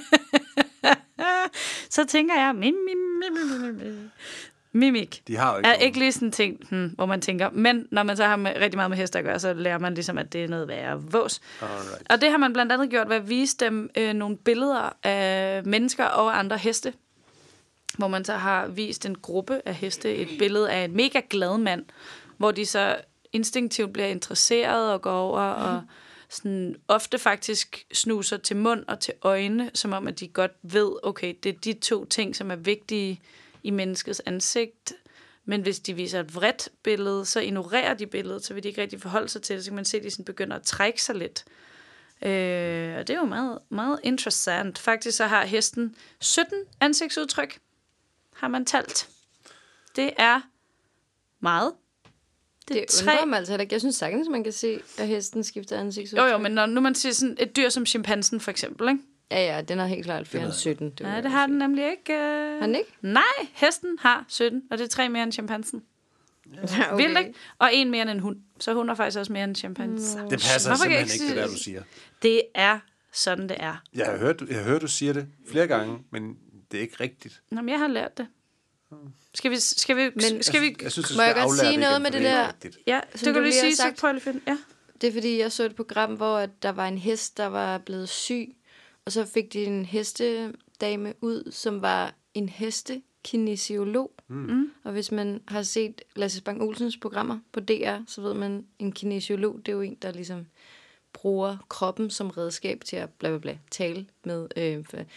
Så tænker jeg mimik, mimik, mimik. De har jo ikke Jeg er nogen. ikke lige sådan ting, hmm, hvor man tænker, men når man så har med, rigtig meget med heste at gøre, så lærer man ligesom, at det er noget værre vås. Alright. Og det har man blandt andet gjort ved at vise dem øh, nogle billeder af mennesker og andre heste, hvor man så har vist en gruppe af heste et billede af en mega glad mand, hvor de så instinktivt bliver interesseret og går over og sådan ofte faktisk snuser til mund og til øjne, som om at de godt ved, okay, det er de to ting, som er vigtige i menneskets ansigt. Men hvis de viser et vredt billede, så ignorerer de billedet, så vil de ikke rigtig forholde sig til det. Så kan man se, at de sådan begynder at trække sig lidt. Øh, og det er jo meget, meget interessant. Faktisk så har hesten sytten ansigtsudtryk, har man talt. Det er meget. Det, det undrer mig altså heller ikke. Jeg synes sagtens, man kan se, at hesten skifter ansigtsudtryk. Jo, jo, men når nu man siger sådan et dyr som chimpansen for eksempel, ikke? Ja, ja, den har helt klart flere end sytten. Det Nej, det har den nemlig ikke. Øh... Har den ikke? Nej, hesten har sytten, og det er tre mere end chimpansen. Ja, Okay. Vildt, ikke? Og en mere end en hund. Så hun er faktisk også mere end chimpansen. Det passer Hvorfor kan jeg simpelthen ikke ikke, det der, sige- du siger. Det er sådan, det er. Jeg har hørt, jeg har hørt du siger det flere gange, men det er ikke rigtigt. Nå, men jeg har lært det. Skal vi... Skal vi, Men- skal vi Jeg synes, du Må jeg skal godt aflære sige det noget igen, med for det er ikke der? rigtigt. ja, Som det du kan du lige lige har sige, så sagt. prøv lige at finde... Ja. Det er fordi, jeg så et program, hvor at der var en hest, der var blevet syg, og så fik de en hestedame ud, som var en hestekinesiolog. Mm. Og hvis man har set Lasse Bang Olsens programmer på D R, så ved man, en kinesiolog, det er jo en, der ligesom bruger kroppen som redskab til at bla bla bla, tale med øh,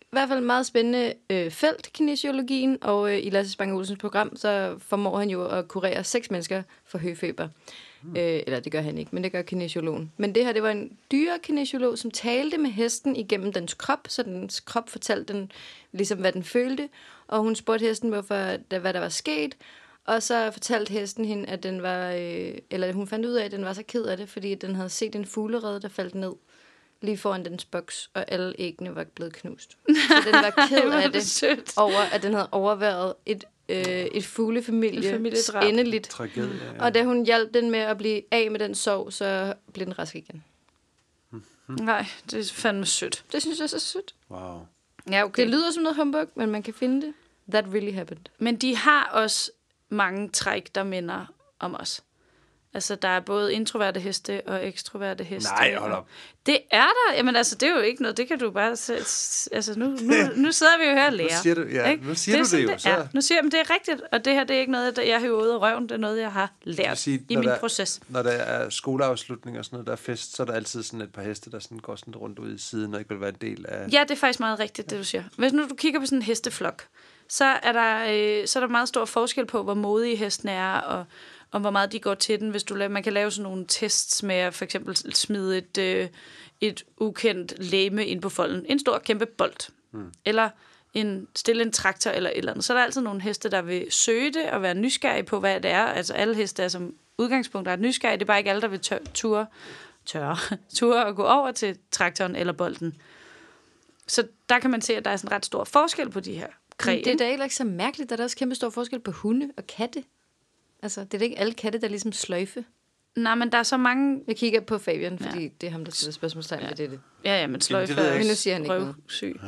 hvert fald meget spændende øh, felt, kinesiologien, og øh, i Lasse Spang Olsens program, så formår han jo at kurere seks mennesker for høfeber. Mm. Øh, eller det gør han ikke, men det gør kinesiologen. Men det her, det var en dyrekinesiolog, som talte med hesten igennem dens krop, så dens krop fortalte den, ligesom hvad den følte, og hun spurgte hesten, hvorfor, hvad der var sket, og så fortalte hesten hende, at den var, øh, eller hun fandt ud af, at den var så ked af det, fordi den havde set en fuglerede, der faldt ned lige foran dens boks, og alle æggene var blevet knust. Så den var ked af det, over at den havde overværet et, øh, et fuglefamilie endeligt. Tragedie, ja. Og da hun hjalp den med at blive af med den sorg, så blev den rask igen. Mm-hmm. Nej, det er fandme sødt. Det synes jeg er så sødt. Wow. Ja, okay. Det lyder som noget humbug, men man kan finde det. That really happened. Men de har også mange træk, der minder om os. Altså, der er både introverte heste og ekstroverte heste. Nej, hold op. Det er der. Jamen, altså, det er jo ikke noget. Det kan du bare... Altså, nu, nu, nu sidder vi jo her og lærer. Nu siger du, ja, nu siger det du det jo. Det så. er. Nu siger jeg, men det er rigtigt. Og det her, det er ikke noget, jeg har ud af røven. Det er noget, jeg har lært sige, i min der, proces. Når der er skoleafslutning og sådan noget, der er fest, så er der altid sådan et par heste, der sådan går sådan rundt ud i siden, og ikke vil være en del af... Ja, det er faktisk meget rigtigt, det du siger. Hvis nu du kigger på sådan en hesteflok, så er der, øh, så er der meget stor forskel på, hvor modige hestene er, og om hvor meget de går til den. Hvis du laver, man kan lave sådan nogle tests med at for eksempel smide et, øh, et ukendt legeme ind på folden. En stor, kæmpe bold. Mm. Eller en, stille en traktor eller et eller andet. Så er der altid nogle heste, der vil søge det og være nysgerrige på, hvad det er. Altså alle heste er som udgangspunkt er nysgerrige. Det er bare ikke alle, der vil tør, ture, tør, ture og gå over til traktoren eller bolden. Så der kan man se, at der er sådan ret stor forskel på de her grene. Det er da ikke så mærkeligt, at der er også kæmpe stor forskel på hunde og katte. Altså, det er da ikke alle katte, der ligesom sløjfe. Nej, men der er så mange... Jeg kigger på Fabian, fordi ja. det er ham, der stiller spørgsmålstegn ja. ved det. Ja, ja, men sløjfe er men nu siger han ikke røvsyg.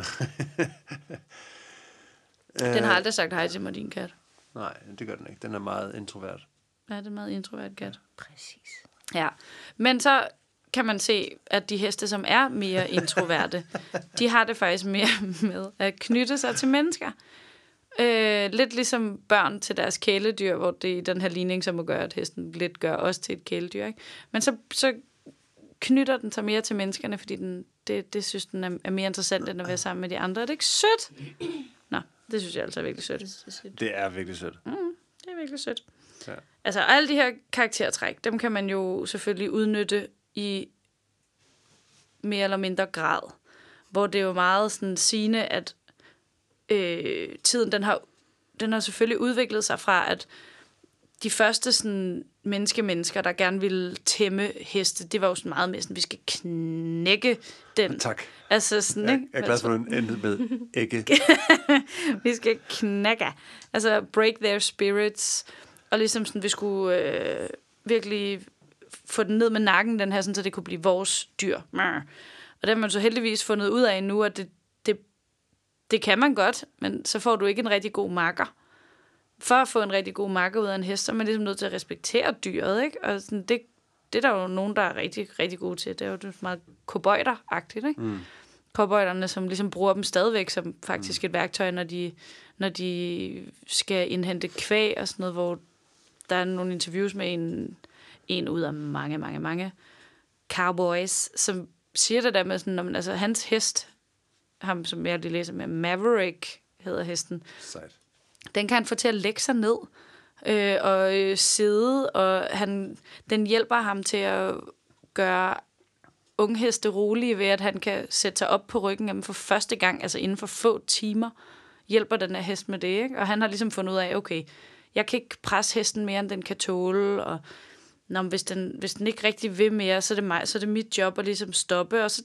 Den har aldrig sagt hej til mig, din kat. Nej, det gør den ikke. Den er meget introvert. Ja, det er en meget introvert kat. Præcis. Ja, men så kan man se, at de heste, som er mere introverte, de har det faktisk mere med at knytte sig til mennesker. Øh, lidt ligesom børn til deres kæledyr, hvor det er den her ligning, som må gøre, at hesten lidt gør også til et kæledyr. Ikke? Men så, så knytter den sig mere til menneskerne, fordi den, det, det synes den er, er mere interessant, end at være sammen med de andre. Er det ikke sødt? Nå, det synes jeg altså er virkelig sødt. Det er virkelig sødt. Mm, det er virkelig sødt. Ja. Altså, alle de her karaktertræk, dem kan man jo selvfølgelig udnytte i mere eller mindre grad. Hvor det er jo meget sådan sigende, at øh, tiden, den har, den har selvfølgelig udviklet sig fra, at de første sådan menneske-mennesker, der gerne ville tæmme heste, det var jo sådan meget mere sådan, vi skal knække den. Ja, tak. Altså sådan, jeg, ikke? jeg er glad for, at du endte med ikke. Vi skal knække. Altså break their spirits. Og ligesom sådan, vi skulle øh, virkelig få den ned med nakken, den her, sådan, så det kunne blive vores dyr. Og det har man så heldigvis fundet ud af nu, at det, det, det kan man godt, men så får du ikke en rigtig god makker. For at få en rigtig god makker ud af en hest, så er man ligesom nødt til at respektere dyret, ikke? Og sådan, det, det er der jo nogen, der er rigtig, rigtig gode til. Det er jo meget cowboyter-agtigt, ikke? Mm. Cowboyterne, som ligesom bruger dem stadigvæk som faktisk et værktøj, når de, når de skal indhente kvæg og sådan noget, hvor der er nogle interviews med en, en ud af mange, mange, mange cowboys, som siger det der med sådan, når altså hans hest, ham som jeg lige læser med, Maverick hedder hesten, Sejt. Den kan han få til at lægge sig ned øh, og øh, sidde, og han, den hjælper ham til at gøre ungheste rolige ved, at han kan sætte sig op på ryggen jamen for første gang, altså inden for få timer, hjælper den her hest med det, ikke? Og han har ligesom fundet ud af, okay, jeg kan ikke presse hesten mere, end den kan tåle, og når, hvis, den, hvis den ikke rigtig vil mere, så er det mig, så er det mit job at ligesom stoppe, og så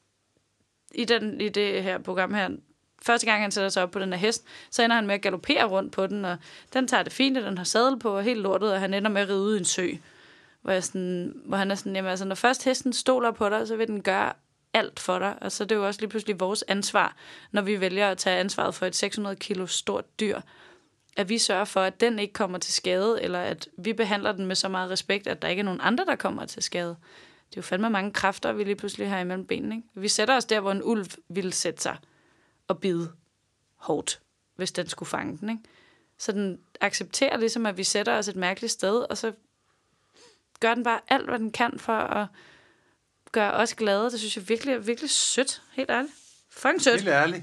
i, den, i det her program her, første gang han sætter sig op på den her hest, så ender han med at galopere rundt på den, og den tager det fint, og den har sadel på, og helt lortet, og han ender med at ride ud i en sø, hvor, jeg sådan, hvor han er sådan, jamen altså, når først hesten stoler på dig, så vil den gøre alt for dig, og så er det jo også lige pludselig vores ansvar, når vi vælger at tage ansvaret for et seks hundrede kilo stort dyr, at vi sørger for, at den ikke kommer til skade, eller at vi behandler den med så meget respekt, at der ikke er nogen andre, der kommer til skade. Det er jo fandme mange kræfter, vi lige pludselig har imellem benene, ikke? Vi sætter os der, hvor en ulv ville sætte sig og bide hårdt, hvis den skulle fange den, ikke? Så den accepterer ligesom, at vi sætter os et mærkeligt sted, og så gør den bare alt, hvad den kan for at gøre os glade. Det synes jeg virkelig er virkelig sødt. Helt ærligt. Fucking sødt. Helt ærligt.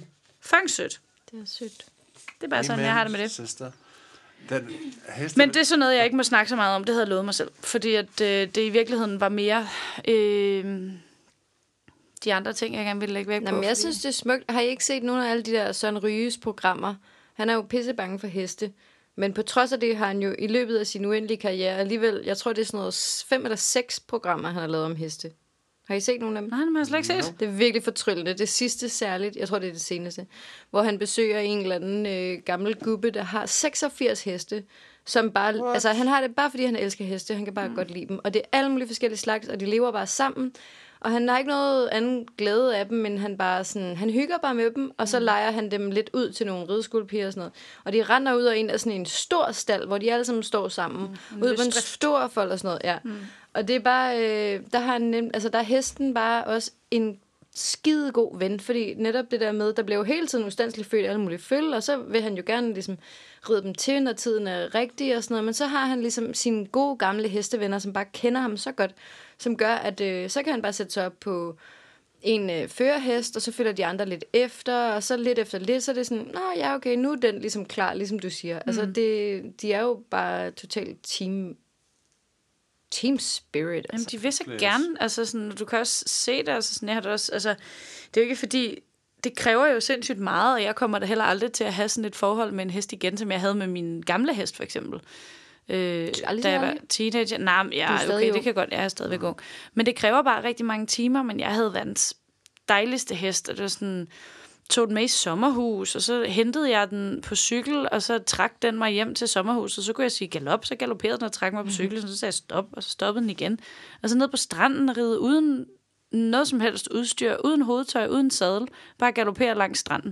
Fucking sødt. Det er sødt. Det er bare sådan, jeg har det med det. Sister. Den heste... Men det er sådan noget, jeg ikke må snakke så meget om. Det havde jeg lovet mig selv. Fordi at, øh, det i virkeligheden var mere øh, de andre ting, jeg gerne ville lægge væk Nå, på. men jeg fordi... synes, det er smukt. Har I ikke set nogle af alle de der Søren Ryges programmer? Han er jo pissebange for heste. Men på trods af det har han jo i løbet af sin uendelige karriere alligevel, jeg tror, det er sådan noget fem eller seks programmer, han har lavet om heste. Har I set nogle af dem? Nej, det har jeg slet ikke set. Det er virkelig fortryllende. Det sidste særligt, jeg tror, det er det seneste, hvor han besøger en eller anden øh, gammel gubbe, der har seksogfirs heste, som bare, What? altså han har det bare, fordi han elsker heste, han kan bare mm. godt lide dem. Og det er alle mulige forskellige slags, og de lever bare sammen. Og han har ikke noget anden glæde af dem, men han bare sådan, han hygger bare med dem, og så mm. leger han dem lidt ud til nogle rideskolepiger og sådan noget. Og de render ud af en af sådan en stor stald, hvor de alle sammen står sammen, mm. ud på en stor fold og sådan noget, ja. Mm. Og det er bare, øh, der har han nemt, altså der er hesten bare også en skide god ven, fordi netop det der med, der bliver jo hele tiden ustandsligt født alle mulige følge, og så vil han jo gerne ligesom ride dem til, når tiden er rigtig og sådan noget, men så har han ligesom sine gode gamle hestevenner, som bare kender ham så godt, som gør, at øh, så kan han bare sætte sig op på en øh, førerhest, og så følger de andre lidt efter, og så lidt efter lidt, så er det sådan, nå ja, okay, nu er den ligesom klar, ligesom du siger. Mm. Altså, det, de er jo bare totalt team team spirit. Altså. Jamen, de vil så gerne, altså sådan, du kan også se det, altså sådan, jeg har det også, altså, det er jo ikke fordi, det kræver jo sindssygt meget, og jeg kommer da heller aldrig til at have sådan et forhold med en hest igen, som jeg havde med min gamle hest, for eksempel. Øh, da jeg var teenager. Nej, ja, okay, det kan godt, jeg er stadigvæk ung. Men det kræver bare rigtig mange timer, men jeg havde verdens dejligste hest, og det var sådan, tog den med i sommerhus, og så hentede jeg den på cykel, og så trak den mig hjem til sommerhuset, og så kunne jeg sige galop, så galopperede den og trak mig på cykel, så sagde jeg stop, og så stoppede den igen. Og så ned på stranden og ride uden noget som helst udstyr, uden hovedtøj, uden sadel, bare galoppere langs stranden.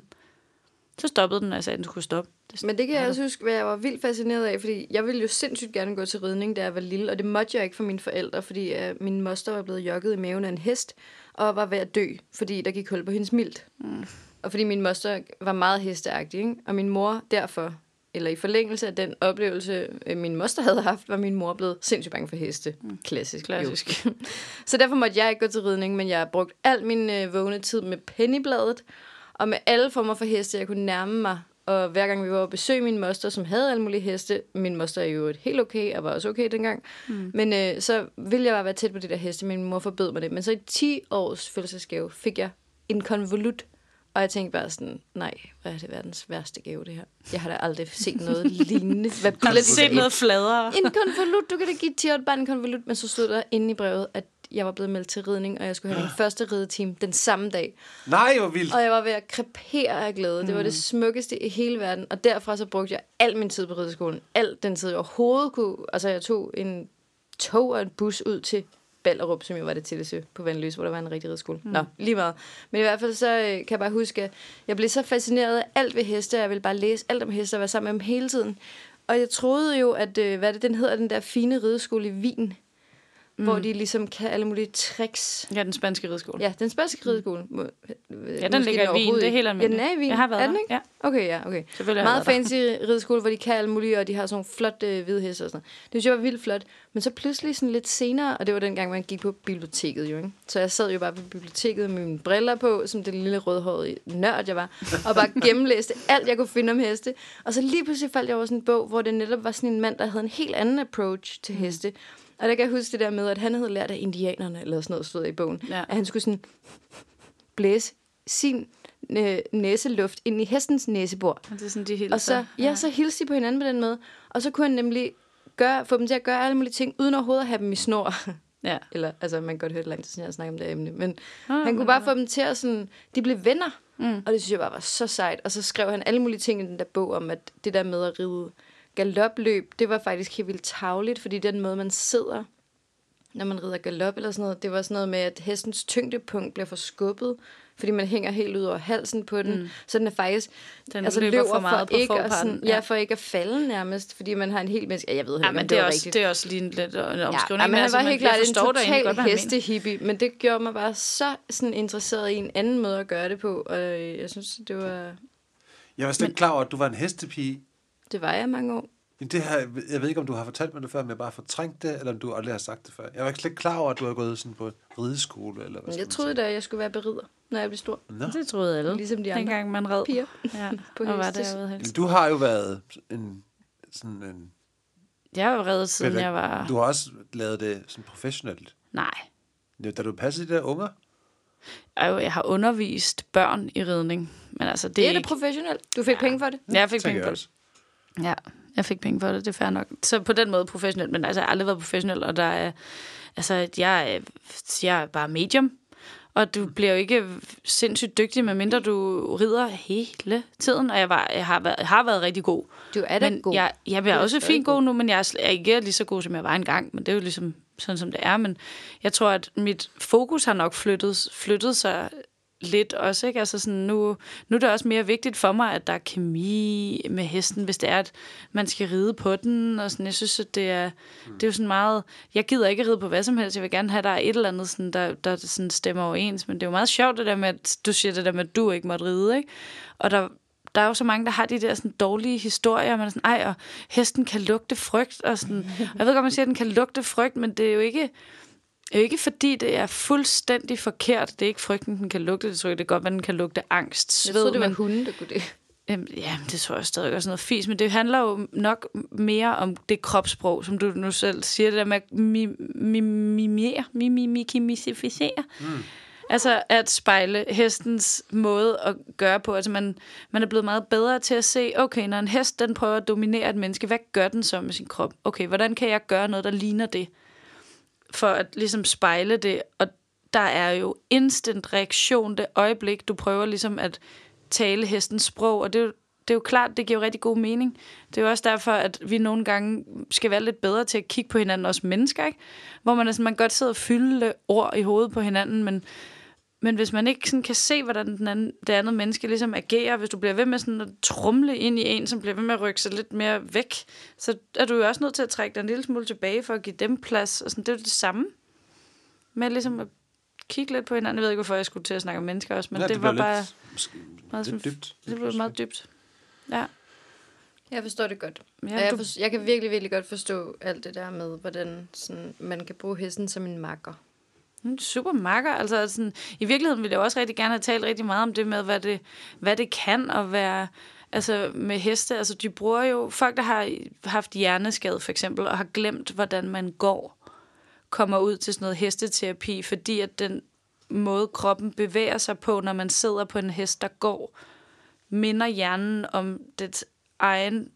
Så stoppede den, og jeg sagde, at den skulle stoppe. Det Men det kan jeg også huske, hvad jeg var vildt fascineret af, fordi jeg ville jo sindssygt gerne gå til ridning, da jeg var lille, og det måtte jeg ikke for mine forældre, fordi uh, min moster var blevet jogget i maven af en hest, og var ved at dø, fordi der gik hul på hendes milt. Mm. Og fordi min moster var meget hesteagtig, ikke? Og min mor derfor, eller i forlængelse af den oplevelse, min moster havde haft, var min mor blevet sindssygt bange for heste. Mm. Klassisk. Klassisk. Så derfor måtte jeg ikke gå til ridning, men jeg har brugt al min øh, vågne tid med pennybladet, og med alle former for heste, jeg kunne nærme mig. Og hver gang vi var på besøg min moster, som havde alle mulige heste, min moster er jo et helt okay, og var også okay dengang, mm. men øh, så ville jeg bare være tæt på de der heste, min mor forbød mig det. Men så i ti års fødselsdagsgave fik jeg en konvolut, og jeg tænkte bare sådan, nej, hvad er det verdens værste gave, det her? Jeg har da aldrig set noget lignende. Hvad har du set noget fladere? En konvolut, du kan da give ti-årigt barn en konvolut, men så stod der inde i brevet, at jeg var blevet meldt til ridning, og jeg skulle have min første rideteam den samme dag. Nej, hvor vildt. Og jeg var ved at krepere af glæde. Mm. Det var det smukkeste i hele verden. Og derfra så brugte jeg al min tid på rideskolen. Al den tid, jeg overhovedet kunne. Altså, jeg tog en tog og en bus ud til Ballerup, som jo var det tætteste på Vandløse, hvor der var en rigtig rideskole. Mm. Nå, lige meget. Men i hvert fald så kan jeg bare huske, at jeg blev så fascineret af alt ved heste. Jeg ville bare læse alt om heste og være sammen med dem hele tiden. Og jeg troede jo, at, hvad det, den hedder, den der fine rideskole i Wien, Mm. hvor de ligesom kan alle mulige tricks. Ja, den spanske rideskole. Ja, den spanske rideskole. Mm. Ja, den ligger i Wien, det er helt almindeligt. Ja, den er i Wien. Jeg har været er den ikke? Ja. Okay, ja, okay. Meget fancy rideskole, hvor de kan alle mulige, og de har sådan nogle flotte øh, hvide heste og sådan noget. Det synes jeg var vildt flot. Men så pludselig sådan lidt senere, og det var dengang, man gik på biblioteket jo, ikke? Så jeg sad jo bare på biblioteket med mine briller på, som det lille rødhårede nørd, jeg var, og bare gennemlæste alt, jeg kunne finde om heste. Og så lige pludselig faldt jeg over sådan en bog, hvor det netop var sådan en mand, der havde en helt anden approach til heste. Og der kan jeg huske det der med, at han havde lært af indianerne, eller sådan noget, stod der i bogen, ja. At han skulle sådan blæse sin øh, næseluft ind i hestens næsebor. Og, det er sådan, de hilser. Og så, ja, ja. så hilste de på hinanden på den måde. Og så kunne han nemlig gøre, få dem til at gøre alle mulige ting, uden overhovedet at have dem i snor. Ja. Eller, altså, man kan godt høre det langt, siden jeg snakker om det emne. Men ah, han kunne bare få dem til at sådan, de blev venner. Mm. Og det synes jeg bare var så sejt. Og så skrev han alle mulige ting i den der bog om, at det der med at ride galopløb, det var faktisk helt vildt tarveligt, fordi den måde, man sidder, når man rider galop eller sådan noget, det var sådan noget med, at hestens tyngdepunkt bliver forskubbet, fordi man hænger helt ud over halsen på den, mm. så den er faktisk, den altså løber, løber for meget for ikke at, sådan, ja. ja, for ikke at falde nærmest, fordi man har en helt menneske, ja, jeg ved ja, ikke, men det, det er også, rigtigt. Det er også lige en lidt en omskrivning. Ja, men han altså, var helt klart en total godt, hestehippie, men det gjorde mig bare så sådan interesseret i en anden måde at gøre det på, og jeg synes, det var... Jeg var slet ikke klar over, at du var en hestepige. Det var jeg mange år. Det her, jeg ved ikke, om du har fortalt mig det før, men jeg bare har fortrængt det, eller om du aldrig har sagt det før. Jeg var ikke slet ikke klar over, at du har gået sådan på rideskole, eller hvad skal Jeg man troede sige. da, jeg skulle være berider, når jeg blev stor. Nå. Det troede alle. Ligesom de andre Dengang man red. piger Ja, på og var hestes. derude helst. Du har jo været en, sådan en... Jeg har jo reddet, siden Eller, jeg var... Du har også lavet det sådan professionelt. Nej. Ja, da du passede de der unger. Jeg, jeg har undervist børn i ridning. Men altså, det, Det er er det ikke... professionelt. Du fik ja. penge for det. Ja, jeg fik tænker penge jeg for også. det. Ja, jeg fik penge for det, det er fair nok. Så på den måde professionelt, men altså, jeg har aldrig været professionel, og der er... Altså, jeg er, jeg er bare medium, og du bliver jo ikke sindssygt dygtig, medmindre du rider hele tiden, og jeg, var, jeg har, været, har været rigtig god. Du er da men god. Jeg, jeg bliver Du er også stadig fint god nu, men jeg er ikke lige så god, som jeg var engang, men det er jo ligesom sådan, som det er. Men jeg tror, at mit fokus har nok flyttet, flyttet sig lidt også, ikke? Altså sådan, nu, nu er det også mere vigtigt for mig, at der er kemi med hesten, hvis det er, at man skal ride på den, og sådan, jeg synes, at det er, mm. det er jo sådan meget, jeg gider ikke ride på hvad som helst, jeg vil gerne have, der er et eller andet, sådan, der, der sådan stemmer overens, men det er jo meget sjovt, det der med, at du siger det der med, at du ikke måtte ride, ikke? Og der, der er jo så mange, der har de der sådan dårlige historier, man er sådan, ej, og hesten kan lugte frygt, og sådan, og jeg ved godt, man siger, at den kan lugte frygt, men det er jo ikke... Det er jo ikke fordi, det er fuldstændig forkert. Det er ikke frygten, den kan lugte. Det tror jeg, det er godt, at den kan lugte angst, sved. Jeg troede, det var men, hunden, der kunne det. Øhm, ja, det tror jeg stadig også noget fis. Men det handler jo nok mere om det kropssprog, som du nu selv siger. Det der med at mimere, mimikimificere. Mm. Altså at spejle hestens måde at gøre på. Altså man, man er blevet meget bedre til at se, okay, når en hest den prøver at dominere et menneske, hvad gør den så med sin krop? Okay, hvordan kan jeg gøre noget, der ligner det? For at ligesom spejle det, og der er jo instant reaktion det øjeblik, du prøver ligesom at tale hestens sprog, og det er jo, det er jo klart, det giver jo rigtig god mening. Det er jo også derfor, at vi nogle gange skal være lidt bedre til at kigge på hinanden, også mennesker, ikke? Hvor man, altså, man godt sidder og fylde ord i hovedet på hinanden, men, men hvis man ikke sådan kan se, hvordan den anden, det andet menneske ligesom agerer, hvis du bliver ved med sådan at trumle ind i en, som bliver ved med at rykke sig lidt mere væk, så er du jo også nødt til at trække dig en lille smule tilbage for at give dem plads. Og sådan, det er jo det samme med ligesom at kigge lidt på hinanden. Jeg ved ikke, hvorfor jeg skulle til at snakke om mennesker også, men ja, det, det var bare lidt, meget, lidt dybt. Det blev meget dybt. Ja. Jeg forstår det godt. Ja, Ja, jeg, du... for, jeg kan virkelig, virkelig godt forstå alt det der med, hvordan sådan, man kan bruge hesten som en makker. Super makker. Altså, sådan, i virkeligheden ville jeg også rigtig gerne have talt rigtig meget om det med, hvad det, hvad det kan at være altså, med heste. Altså, de bruger jo folk, der har haft hjerneskade for eksempel, og har glemt, hvordan man går, kommer ud til sådan noget hesteterapi, fordi at den måde, kroppen bevæger sig på, når man sidder på en hest, der går, minder hjernen om dets egen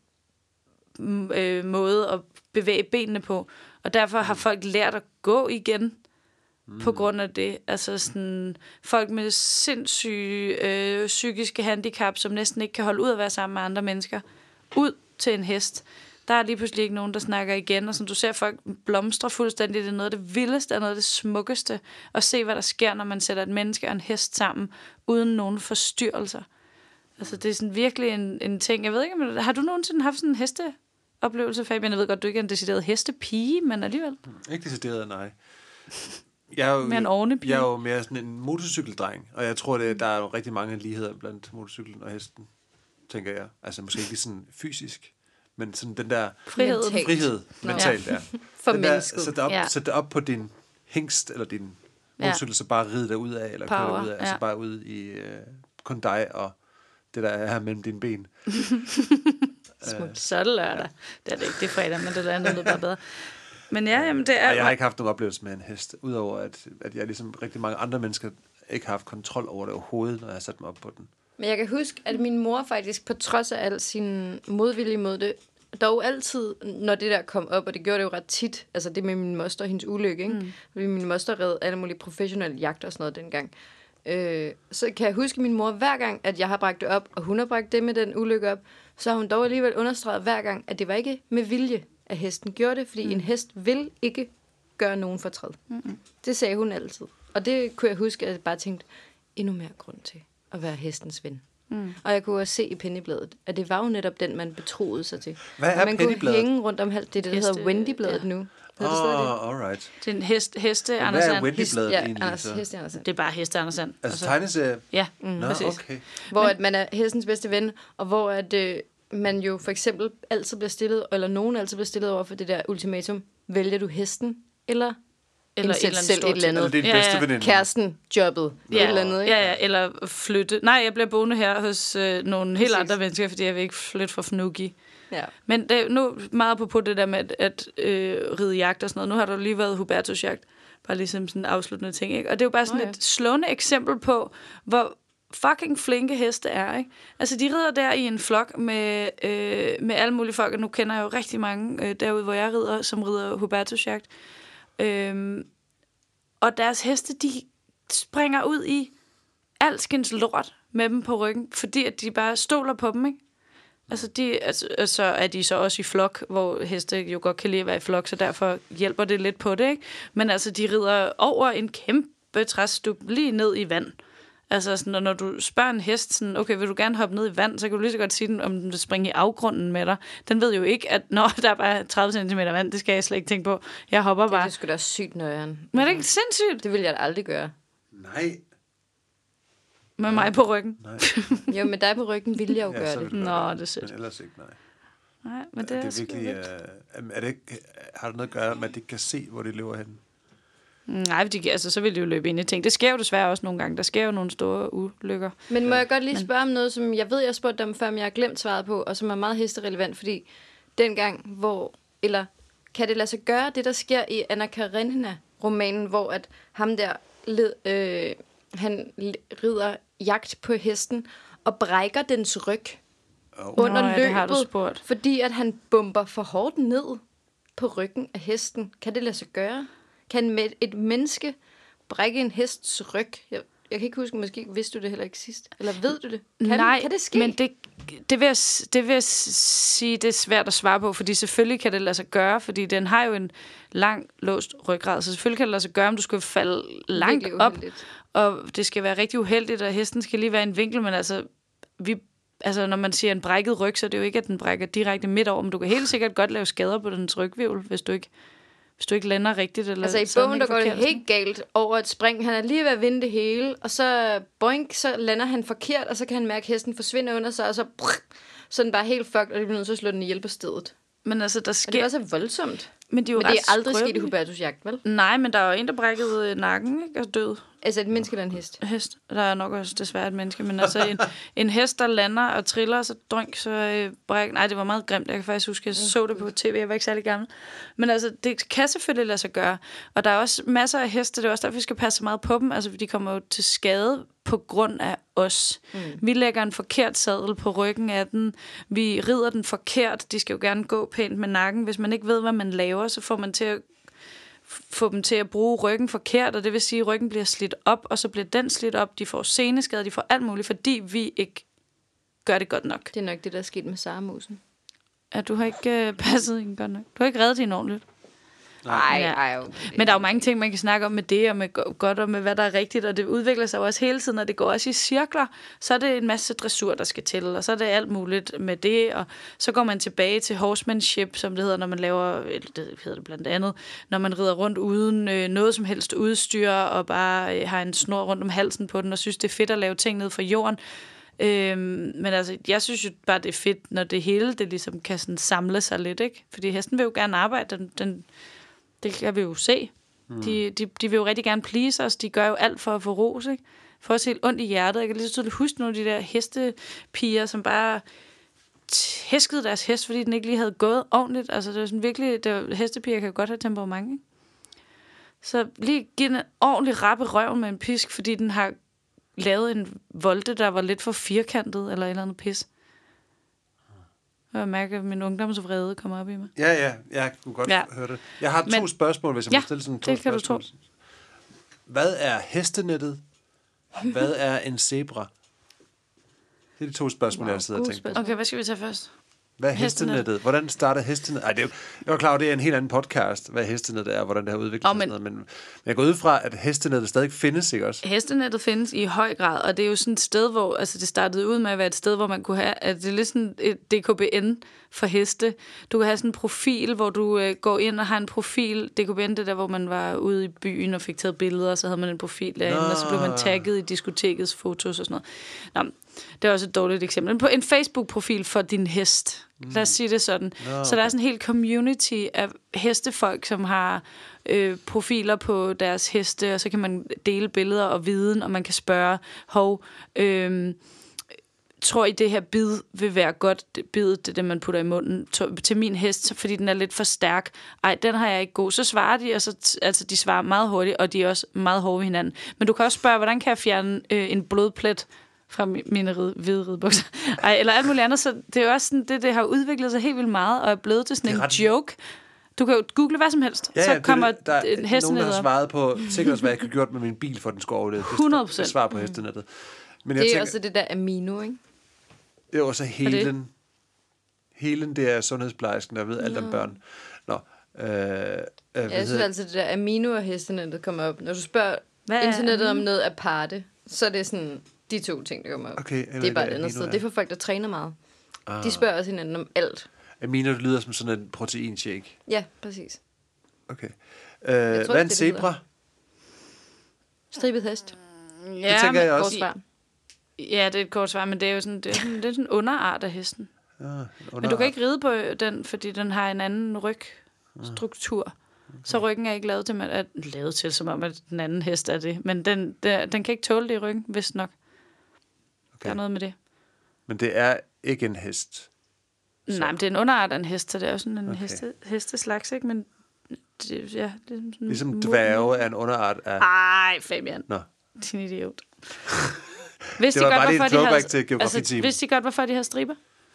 øh, måde at bevæge benene på. Og derfor har folk lært at gå igen, mm. på grund af det. Altså sådan, folk med sindssyge øh, psykiske handicap, som næsten ikke kan holde ud at være sammen med andre mennesker, ud til en hest. Der er lige pludselig ikke nogen, der snakker igen, og som du ser, folk blomstre fuldstændig. Det er noget af det vildeste, og noget af det smukkeste, at se, hvad der sker, når man sætter et menneske og en hest sammen, uden nogen forstyrrelser. Altså, det er sådan virkelig en, en ting. Jeg ved ikke, men har du nogensinde haft sådan en hesteoplevelse, Fabian? Jeg ved godt, du ikke er en decideret hestepige, men alligevel. Ikke decideret, nej. Jeg er jo, mere en ornepige. Jeg er jo mere sådan en motorcykeldreng, og jeg tror, det, der er jo rigtig mange ligheder blandt motorcyklen og hesten, tænker jeg. Altså, måske ikke sådan fysisk, men sådan den der frihed, Mentalt. frihed mentalt, ja. ja. For den mennesket. Der, sæt, op, Ja. sæt det op på din hængst, eller din motorcykel, ja. så bare ride dig ud af, eller køre dig ud af, ja. altså bare ud i øh, kun dig og det der er her mellem dine ben. Smukt. Så er det lørdag. Ja. Det er det ikke, det er fredag, men det er andet bare bedre. Men ja, jamen det er... Ej, jeg har ikke haft nogen oplevelse med en hest, udover at, at jeg ligesom rigtig mange andre mennesker ikke har haft kontrol over det overhovedet, når jeg har sat mig op på den. Men jeg kan huske, at min mor faktisk, på trods af al sin modvilje mod det, dog altid, når det der kom op, og det gjorde det jo ret tit, altså det med min moster og hendes ulykke, ikke? Mm. Fordi min moster red alle mulige professionelle jagt og sådan noget dengang. Øh, så kan jeg huske min mor, hver gang, at jeg har bragt det op, og hun har bragt det med den ulykke op, så har hun dog alligevel understreget hver gang, at det var ikke med vilje, at hesten gjorde det, fordi mm. en hest vil ikke gøre nogen fortræd. Mm-hmm. Det sagde hun altid. Og det kunne jeg huske, at jeg bare tænkte, endnu mere grund til at være hestens ven. Mm. Og jeg kunne også se i Pennybladet, at det var jo netop den, man betroede sig til. Hvad er og man kunne Pennybladet? hænge rundt om halvt. Det, det Heste, hedder Wendy-bladet ja. nu. Åh, oh, alright. Det er en hest, heste, Hvad Anders er Sand. Wendy-bladet Ja, egentlig? Anders, Så? heste Anders. Det er bare heste, Anders Sand. Altså tegneserie? Ja, Nå, præcis. okay. Hvor at man er hestens bedste ven, og hvor at, øh, man jo for eksempel altid bliver stillet, eller nogen altid bliver stillet over for det der ultimatum. Vælger du hesten, eller, eller indsæt et eller selv andet et eller andet? Eller din Ja, bedste ja. veninde. Kæresten, jobbet, Ja, et eller andet, ikke? ja, ja, eller flytte. Nej, jeg bliver boende her hos øh, nogle helt Præcis. andre mennesker, fordi jeg vil ikke flytte fra Fnugi. Ja. Men det, er nu meget på det der med at, at øh, ride jagt og sådan noget. Nu har der lige været Hubertus jagt. Bare ligesom sådan en afsluttende ting, ikke? Og det er jo bare sådan Nå ja. et slående eksempel på, hvor fucking flinke heste er, ikke? Altså, de rider der i en flok med, øh, med alle mulige folk, og nu kender jeg jo rigtig mange øh, derude, hvor jeg rider, som rider Hubertus jagt. Øhm, og deres heste, de springer ud i alskens lort med dem på ryggen, fordi at de bare stoler på dem, ikke? Altså, de, altså, så er de så også i flok, hvor heste jo godt kan lide at være i flok, så derfor hjælper det lidt på det, ikke? Men altså, de rider over en kæmpe træstup lige ned i vand. Altså, sådan, når du spørger en hest, sådan, okay, vil du gerne hoppe ned i vand, så kan du lige så godt sige den, om den vil springe i afgrunden med dig. Den ved jo ikke, at når der er bare tredive centimeter vand, det skal jeg slet ikke tænke på. Jeg hopper Det bare. er sgu da sygt nøjeren. Men er det ikke sindssygt Det vil jeg da aldrig gøre. Nej. med mig på ryggen? Nej. Jo, med dig på ryggen ville jeg jo Ja, gøre så det. vil du Nå, gøre det er sødt. Men ellers ikke, nej. Nej, men det, Det er, er sgu virkelig... vildt. Øh, er det ikke, har det noget at gøre med, at de ikke kan se, hvor de løber hen? Nej, de, altså, så vil de jo løbe ind i ting. Det sker jo desværre også nogle gange. Der sker jo nogle store ulykker. Men må jeg godt lige spørge om noget, som jeg ved, jeg spurgte dig om før, men jeg har glemt svaret på, og som er meget hesterelevant, fordi dengang, hvor, eller kan det lade sig gøre, det der sker i Anna Karenina-romanen, hvor at ham der, led, øh, han rider jagt på hesten, og brækker dens ryg Oh. under Nå, ja, løbet, det har du spurgt. fordi at han bomber for hårdt ned på ryggen af hesten. Kan det lade sig gøre? Kan med et menneske brække en hests ryg? Jeg, jeg kan ikke huske, måske vidste du det heller ikke sidst. Eller ved du det? Kan, Nej, kan det ske? men det, det, vil jeg, det vil jeg sige, det er svært at svare på, fordi selvfølgelig kan det lade sig gøre, fordi den har jo en lang låst ryggrad, så selvfølgelig kan det lade sig gøre, om du skal falde langt Virkelig op, uheldigt. og det skal være rigtig uheldigt, og hesten skal lige være i en vinkel, men altså, vi, altså når man siger en brækket ryg, så er det jo ikke, at den brækker direkte midt over, men du kan helt sikkert godt lave skader på dens rygvirvel, hvis du ikke Hvis du ikke lander rigtigt. Eller Altså i sådan bogen, der ikke går det forkert. helt galt over et spring. Han er lige ved at vinde det hele, og så boink, så lander han forkert, og så kan han mærke, at hesten forsvinder under sig, og så, brrr, så er den bare helt fucked, og det bliver nødt til at slå den ihjel på stedet. Men altså, der Og sker... det er også voldsomt. Men, de er jo Men det ret er aldrig sket i skrøbelige. Hubertus jagt, vel? Nej, men der er jo en, der brækkede nakken, ikke? Og død. Altså et menneske eller en hest. Hest. Der er nok også desværre et menneske, men altså en, en hest, der lander og triller, så drønk, så øh, bræk... Nej, det var meget grimt. Jeg kan faktisk huske, jeg så det på tv. Jeg var ikke særlig gammel. Men altså, det kan selvfølgelig lade sig gøre. Og der er også masser af heste. Det er også derfor, vi skal passe meget på dem. Altså, de kommer jo til skade på grund af os. Mm. Vi lægger en forkert sadel på ryggen af den. Vi rider den forkert. De skal jo gerne gå pænt med nakken. Hvis man ikke ved, hvad man laver, så får man til at få dem til at bruge ryggen forkert, og det vil sige, at ryggen bliver slidt op, og så bliver den slidt op. De får seneskader, de får alt muligt, fordi vi ikke gør det godt nok. Det er nok det, der er sket med Saramusen. Ja, du har ikke uh, passet hende godt nok. Du har ikke reddet hende ordentligt. Nej, Ja. ej, jo. Men der er jo mange ting, man kan snakke om med det, og med go- godt og med, hvad der er rigtigt, og det udvikler sig jo også hele tiden, og det går også i cirkler. Så er det en masse dressur, der skal til, og så er det alt muligt med det, og så går man tilbage til horsemanship, som det hedder, når man laver, det hedder det blandt andet, når man rider rundt uden øh, noget som helst udstyr, og bare øh, har en snor rundt om halsen på den, og synes, det er fedt at lave ting ned fra jorden. Øhm, men altså, jeg synes jo bare, det er fedt, når det hele, det ligesom kan sådan samle sig lidt, ikke? Fordi hesten vil jo gerne arbejde, den, den det kan vi jo se. Mm. De, de, de vil jo rigtig gerne please os. De gør jo alt for at få ros, ikke? For os helt ondt i hjertet. Jeg kan lige så tydeligt huske nogle af de der hestepiger, som bare tæskede deres hest, fordi den ikke lige havde gået ordentligt. Altså, det var sådan virkelig... Det var, hestepiger kan jo godt have temperament, ikke? Så lige give den en ordentlig rappe røv med en pisk, fordi den har lavet en volte, der var lidt for firkantet, eller et eller andet pis. Jeg mærker, at min ungdomsvrede kommer op i mig. Ja, ja, jeg kunne godt Ja. ja. høre det. Jeg har to Men- spørgsmål, hvis jeg Ja, må stille sådan to det kan du spørgsmål. Hvad er hestenettet? Hvad er en zebra? Det er de to spørgsmål, wow, jeg sidder og gode tænker på. spørgsmål. Okay, hvad skal vi tage først? Hvad er Hestenettet. hestenettet? Hvordan starter hestenettet? Ej, det er jo, jeg var klar over, det er en helt anden podcast, hvad hestenettet er, og hvordan det har udviklet Åh, sig. men- Men, men, men jeg går ud fra, at hestenettet stadig findes, ikke også? Hestenettet findes i høj grad, og det er jo sådan et sted, hvor altså det startede ud med at være et sted, hvor man kunne have, at det er lidt sådan et D K B N for heste. Du kan have sådan en profil, hvor du øh, går ind og har en profil. Det kunne være det der, hvor man var ude i byen og fik taget billeder, og så havde man en profil derinde, og så blev man tagget i diskotekets fotos og sådan noget. Nå, det er også et dårligt eksempel. Men på en Facebook-profil for din hest. Mm. Lad os sige det sådan. Nå, okay. Så der er sådan en hel community af hestefolk, som har øh, profiler på deres heste, og så kan man dele billeder og viden, og man kan spørge, hov, øh, tror I, det her bid vil være godt, bidet, det, det man putter i munden, til min hest, fordi den er lidt for stærk. Ej, den har jeg ikke god. Så svarer de, og så, altså, de svarer meget hurtigt, og de er også meget hårde ved hinanden. Men du kan også spørge, hvordan kan jeg fjerne øh, en blodplet fra mine rid, hvide ridebukser? Ej, eller alt muligt andet. Så det er jo også sådan, det, det har udviklet sig helt vildt meget, og er blevet til sådan en ret... joke. Du kan jo google hvad som helst, ja, ja, så kommer det, der er hesten nogen, der har svaret på, sikkert også, hvad jeg kan gjort med min bil, for den skulle overleve. hundrede procent. Det svar på hestenettet. Men det jeg er tænker, også det der amino, ikke? Det er også Helen. Helen, det er sundhedsplejersken, der ved alt om børn. Nå, øh, øh, jeg synes altså, det der amino og hestenettet kommer op. Når du spørger hvad internettet om noget aparte, så er det sådan de to ting, der kommer op. Okay, det er bare et andet sted. Det er for folk, der træner meget. Ah. De spørger også hinanden om alt. Amino, det lyder som sådan en proteinshake. Ja, præcis. Okay. Øh, hvad er en zebra? Stribet hest. Ja, det tænker jeg også. Svar. Ja, det er et kort svar, men det er jo sådan, det er sådan, det er sådan en underart af hesten. Ja, underart. Men du kan ikke ride på den, fordi den har en anden rygstruktur. Okay. Så ryggen er ikke lavet til, at, lavet til, som om at den anden hest er det. Men den, den, den kan ikke tåle det i ryggen, vist nok. Okay. Der er noget med det. Men det er ikke en hest? Så. Nej, men det er en underart af en hest, så det er jo sådan en okay. heste, hesteslags, ikke? Men det, ja, det er sådan ligesom dværge er en underart af... Ej, Fabian. Nå. Din idiot. Hvis det var de bare godt, lige en throwback til geografi-team. Altså, vidste de godt, hvorfor de har striber?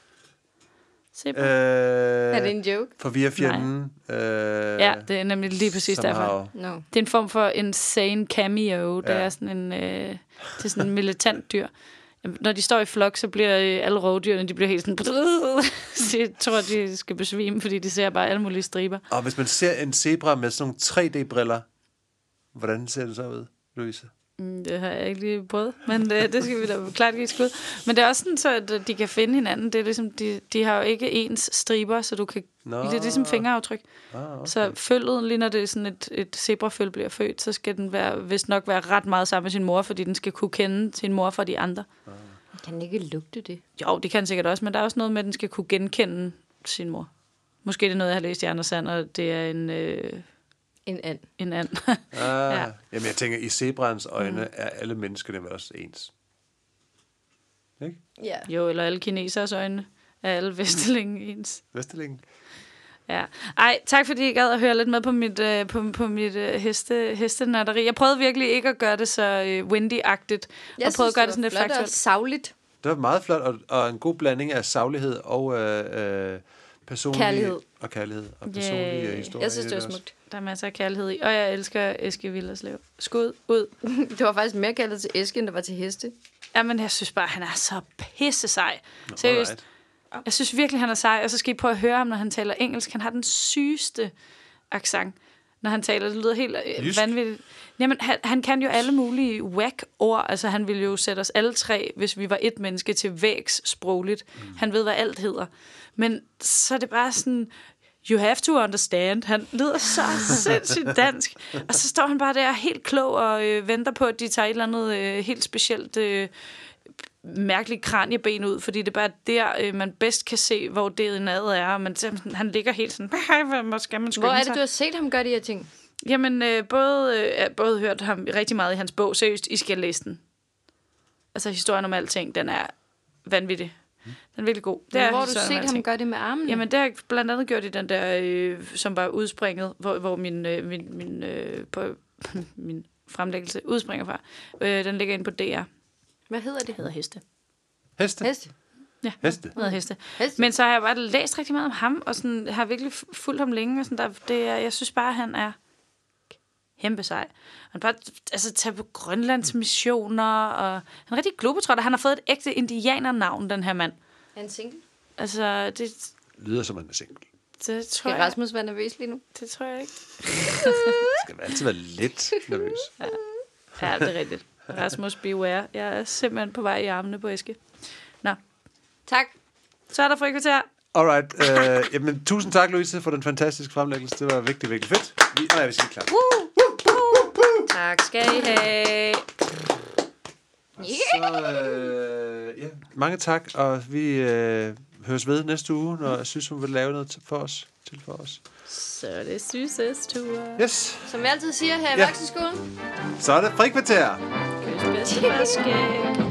Øh, er det en joke? For vi er fjenden. Øh, ja, det er nemlig lige præcis derfor. No. Det er en form for insane cameo. Det ja. er sådan en, øh, det er sådan en militant dyr. Når de står i flok, så bliver øh, alle rovdyrene, de bliver helt sådan... Jeg tror, de skal besvime, fordi de ser bare alle mulige striber. Og hvis man ser en zebra med sådan nogle tre D-briller, hvordan ser det så ud, Louise? Det har jeg ikke lige prøvet, men det, det skal vi da klart give et skud. Men det er også sådan, så at de kan finde hinanden. Det er ligesom, de, de har jo ikke ens striber, så du kan... Nå. Det er ligesom fingeraftryk. Ah, okay. Så følget, lige når det er sådan et, et zebraføl bliver født, så skal den være, vist nok være ret meget sammen med sin mor, fordi den skal kunne kende sin mor fra de andre. Ah. Kan den ikke lugte det? Jo, det kan sikkert også, men der er også noget med, at den skal kunne genkende sin mor. Måske det er noget, jeg har læst i Anders Sand, og det er en... Øh, En and. En and. ah, ja. Jamen, jeg tænker, i zebraens øjne mm. er alle menneskerne vel også ens. Ikke? Ja. Jo, eller alle kinesers øjne er alle vestelingen ens. Vestelingen? Ja. Ej, tak fordi I gad at høre lidt med på mit, øh, på, på mit øh, heste, hestenatteri. Jeg prøvede virkelig ikke at gøre det så øh, Wendy-agtigt. Jeg og prøvede at gøre det sådan lidt faktuelt. Og savligt. Det var meget flot, og, og en god blanding af saglighed og øh, øh, personlig... Kærlighed. Og kærlighed og personlige yeah. historier. Jeg synes, det var smukt. Der er masser af kærlighed i, og jeg elsker Eske Willerslev. Skud ud. Det var faktisk mere kærlighed til Eske, end der var til heste. Jamen, jeg synes bare, han er så pisse sej. Seriøst. Right. Jeg synes virkelig, han er sej, og så skal I prøve at høre ham, når han taler engelsk. Han har den sygeste accent, når han taler. Det lyder helt Jysk. vanvittigt. Jamen, han, han kan jo alle mulige whack-ord. Altså, han ville jo sætte os alle tre, hvis vi var et menneske, til vægs sprogligt. Mm. Han ved, hvad alt hedder. Men så er det bare sådan... You have to understand. Han lyder så sindssygt dansk. Og så står han bare der helt klog og øh, venter på, at de tager et eller andet øh, helt specielt øh, mærkeligt kranieben ud, fordi det er bare der, øh, man bedst kan se, hvor det nede er. Og man, han ligger helt sådan, hvor skal man skynde Hvor er det, sig? du har set ham gøre de her ting? Jamen, øh, både, øh, både hørt ham rigtig meget i hans bog. Seriøst, I skal læse den. Altså, historien om alting, den er vanvittig. Den er virkelig god. Det er, hvor har du set ham gøre det med armene? Jamen, det har jeg blandt andet gjort i den der, øh, som var udspringet, hvor, hvor min, øh, min, min, øh, på, min fremlæggelse udspringer fra. Øh, den ligger inde på D R. Hvad hedder det? Det hedder Heste. Heste? Heste. Ja, Heste. det hedder Heste. Heste. Men så har jeg bare læst rigtig meget om ham, og sådan, har virkelig fulgt ham længe. Og sådan, der, det er, jeg synes bare, han er kæmpe sej. Han bare altså, tager på Grønlands missioner, og han er rigtig globetrotter. Han har fået et ægte indianernavn, den her mand. Er han single? Altså, det... Lyder som han er single. Det tror Skal jeg... Rasmus være nervøs lige nu? Det tror jeg ikke. Skal man altid være lidt nervøs. Ja, ja det er rigtigt. Rasmus, beware. Jeg er simpelthen på vej i armene på Eske. Nå. Tak. Så er der frikvarter. Alright. Øh, jamen, tusind tak, Louise, for den fantastiske fremlæggelse. Det var virkelig, virkelig fedt. Vi, nej, vi skal klare. Tak skal I have. Så, øh, ja. Mange tak, og vi øh, høres ved næste uge, når jeg synes, hun vil lave noget for os. Til for os. Så er det Syses tur. Yes. Som vi altid siger her i Ja. Voksenskolen. Så er det frikvarter. Kys bedste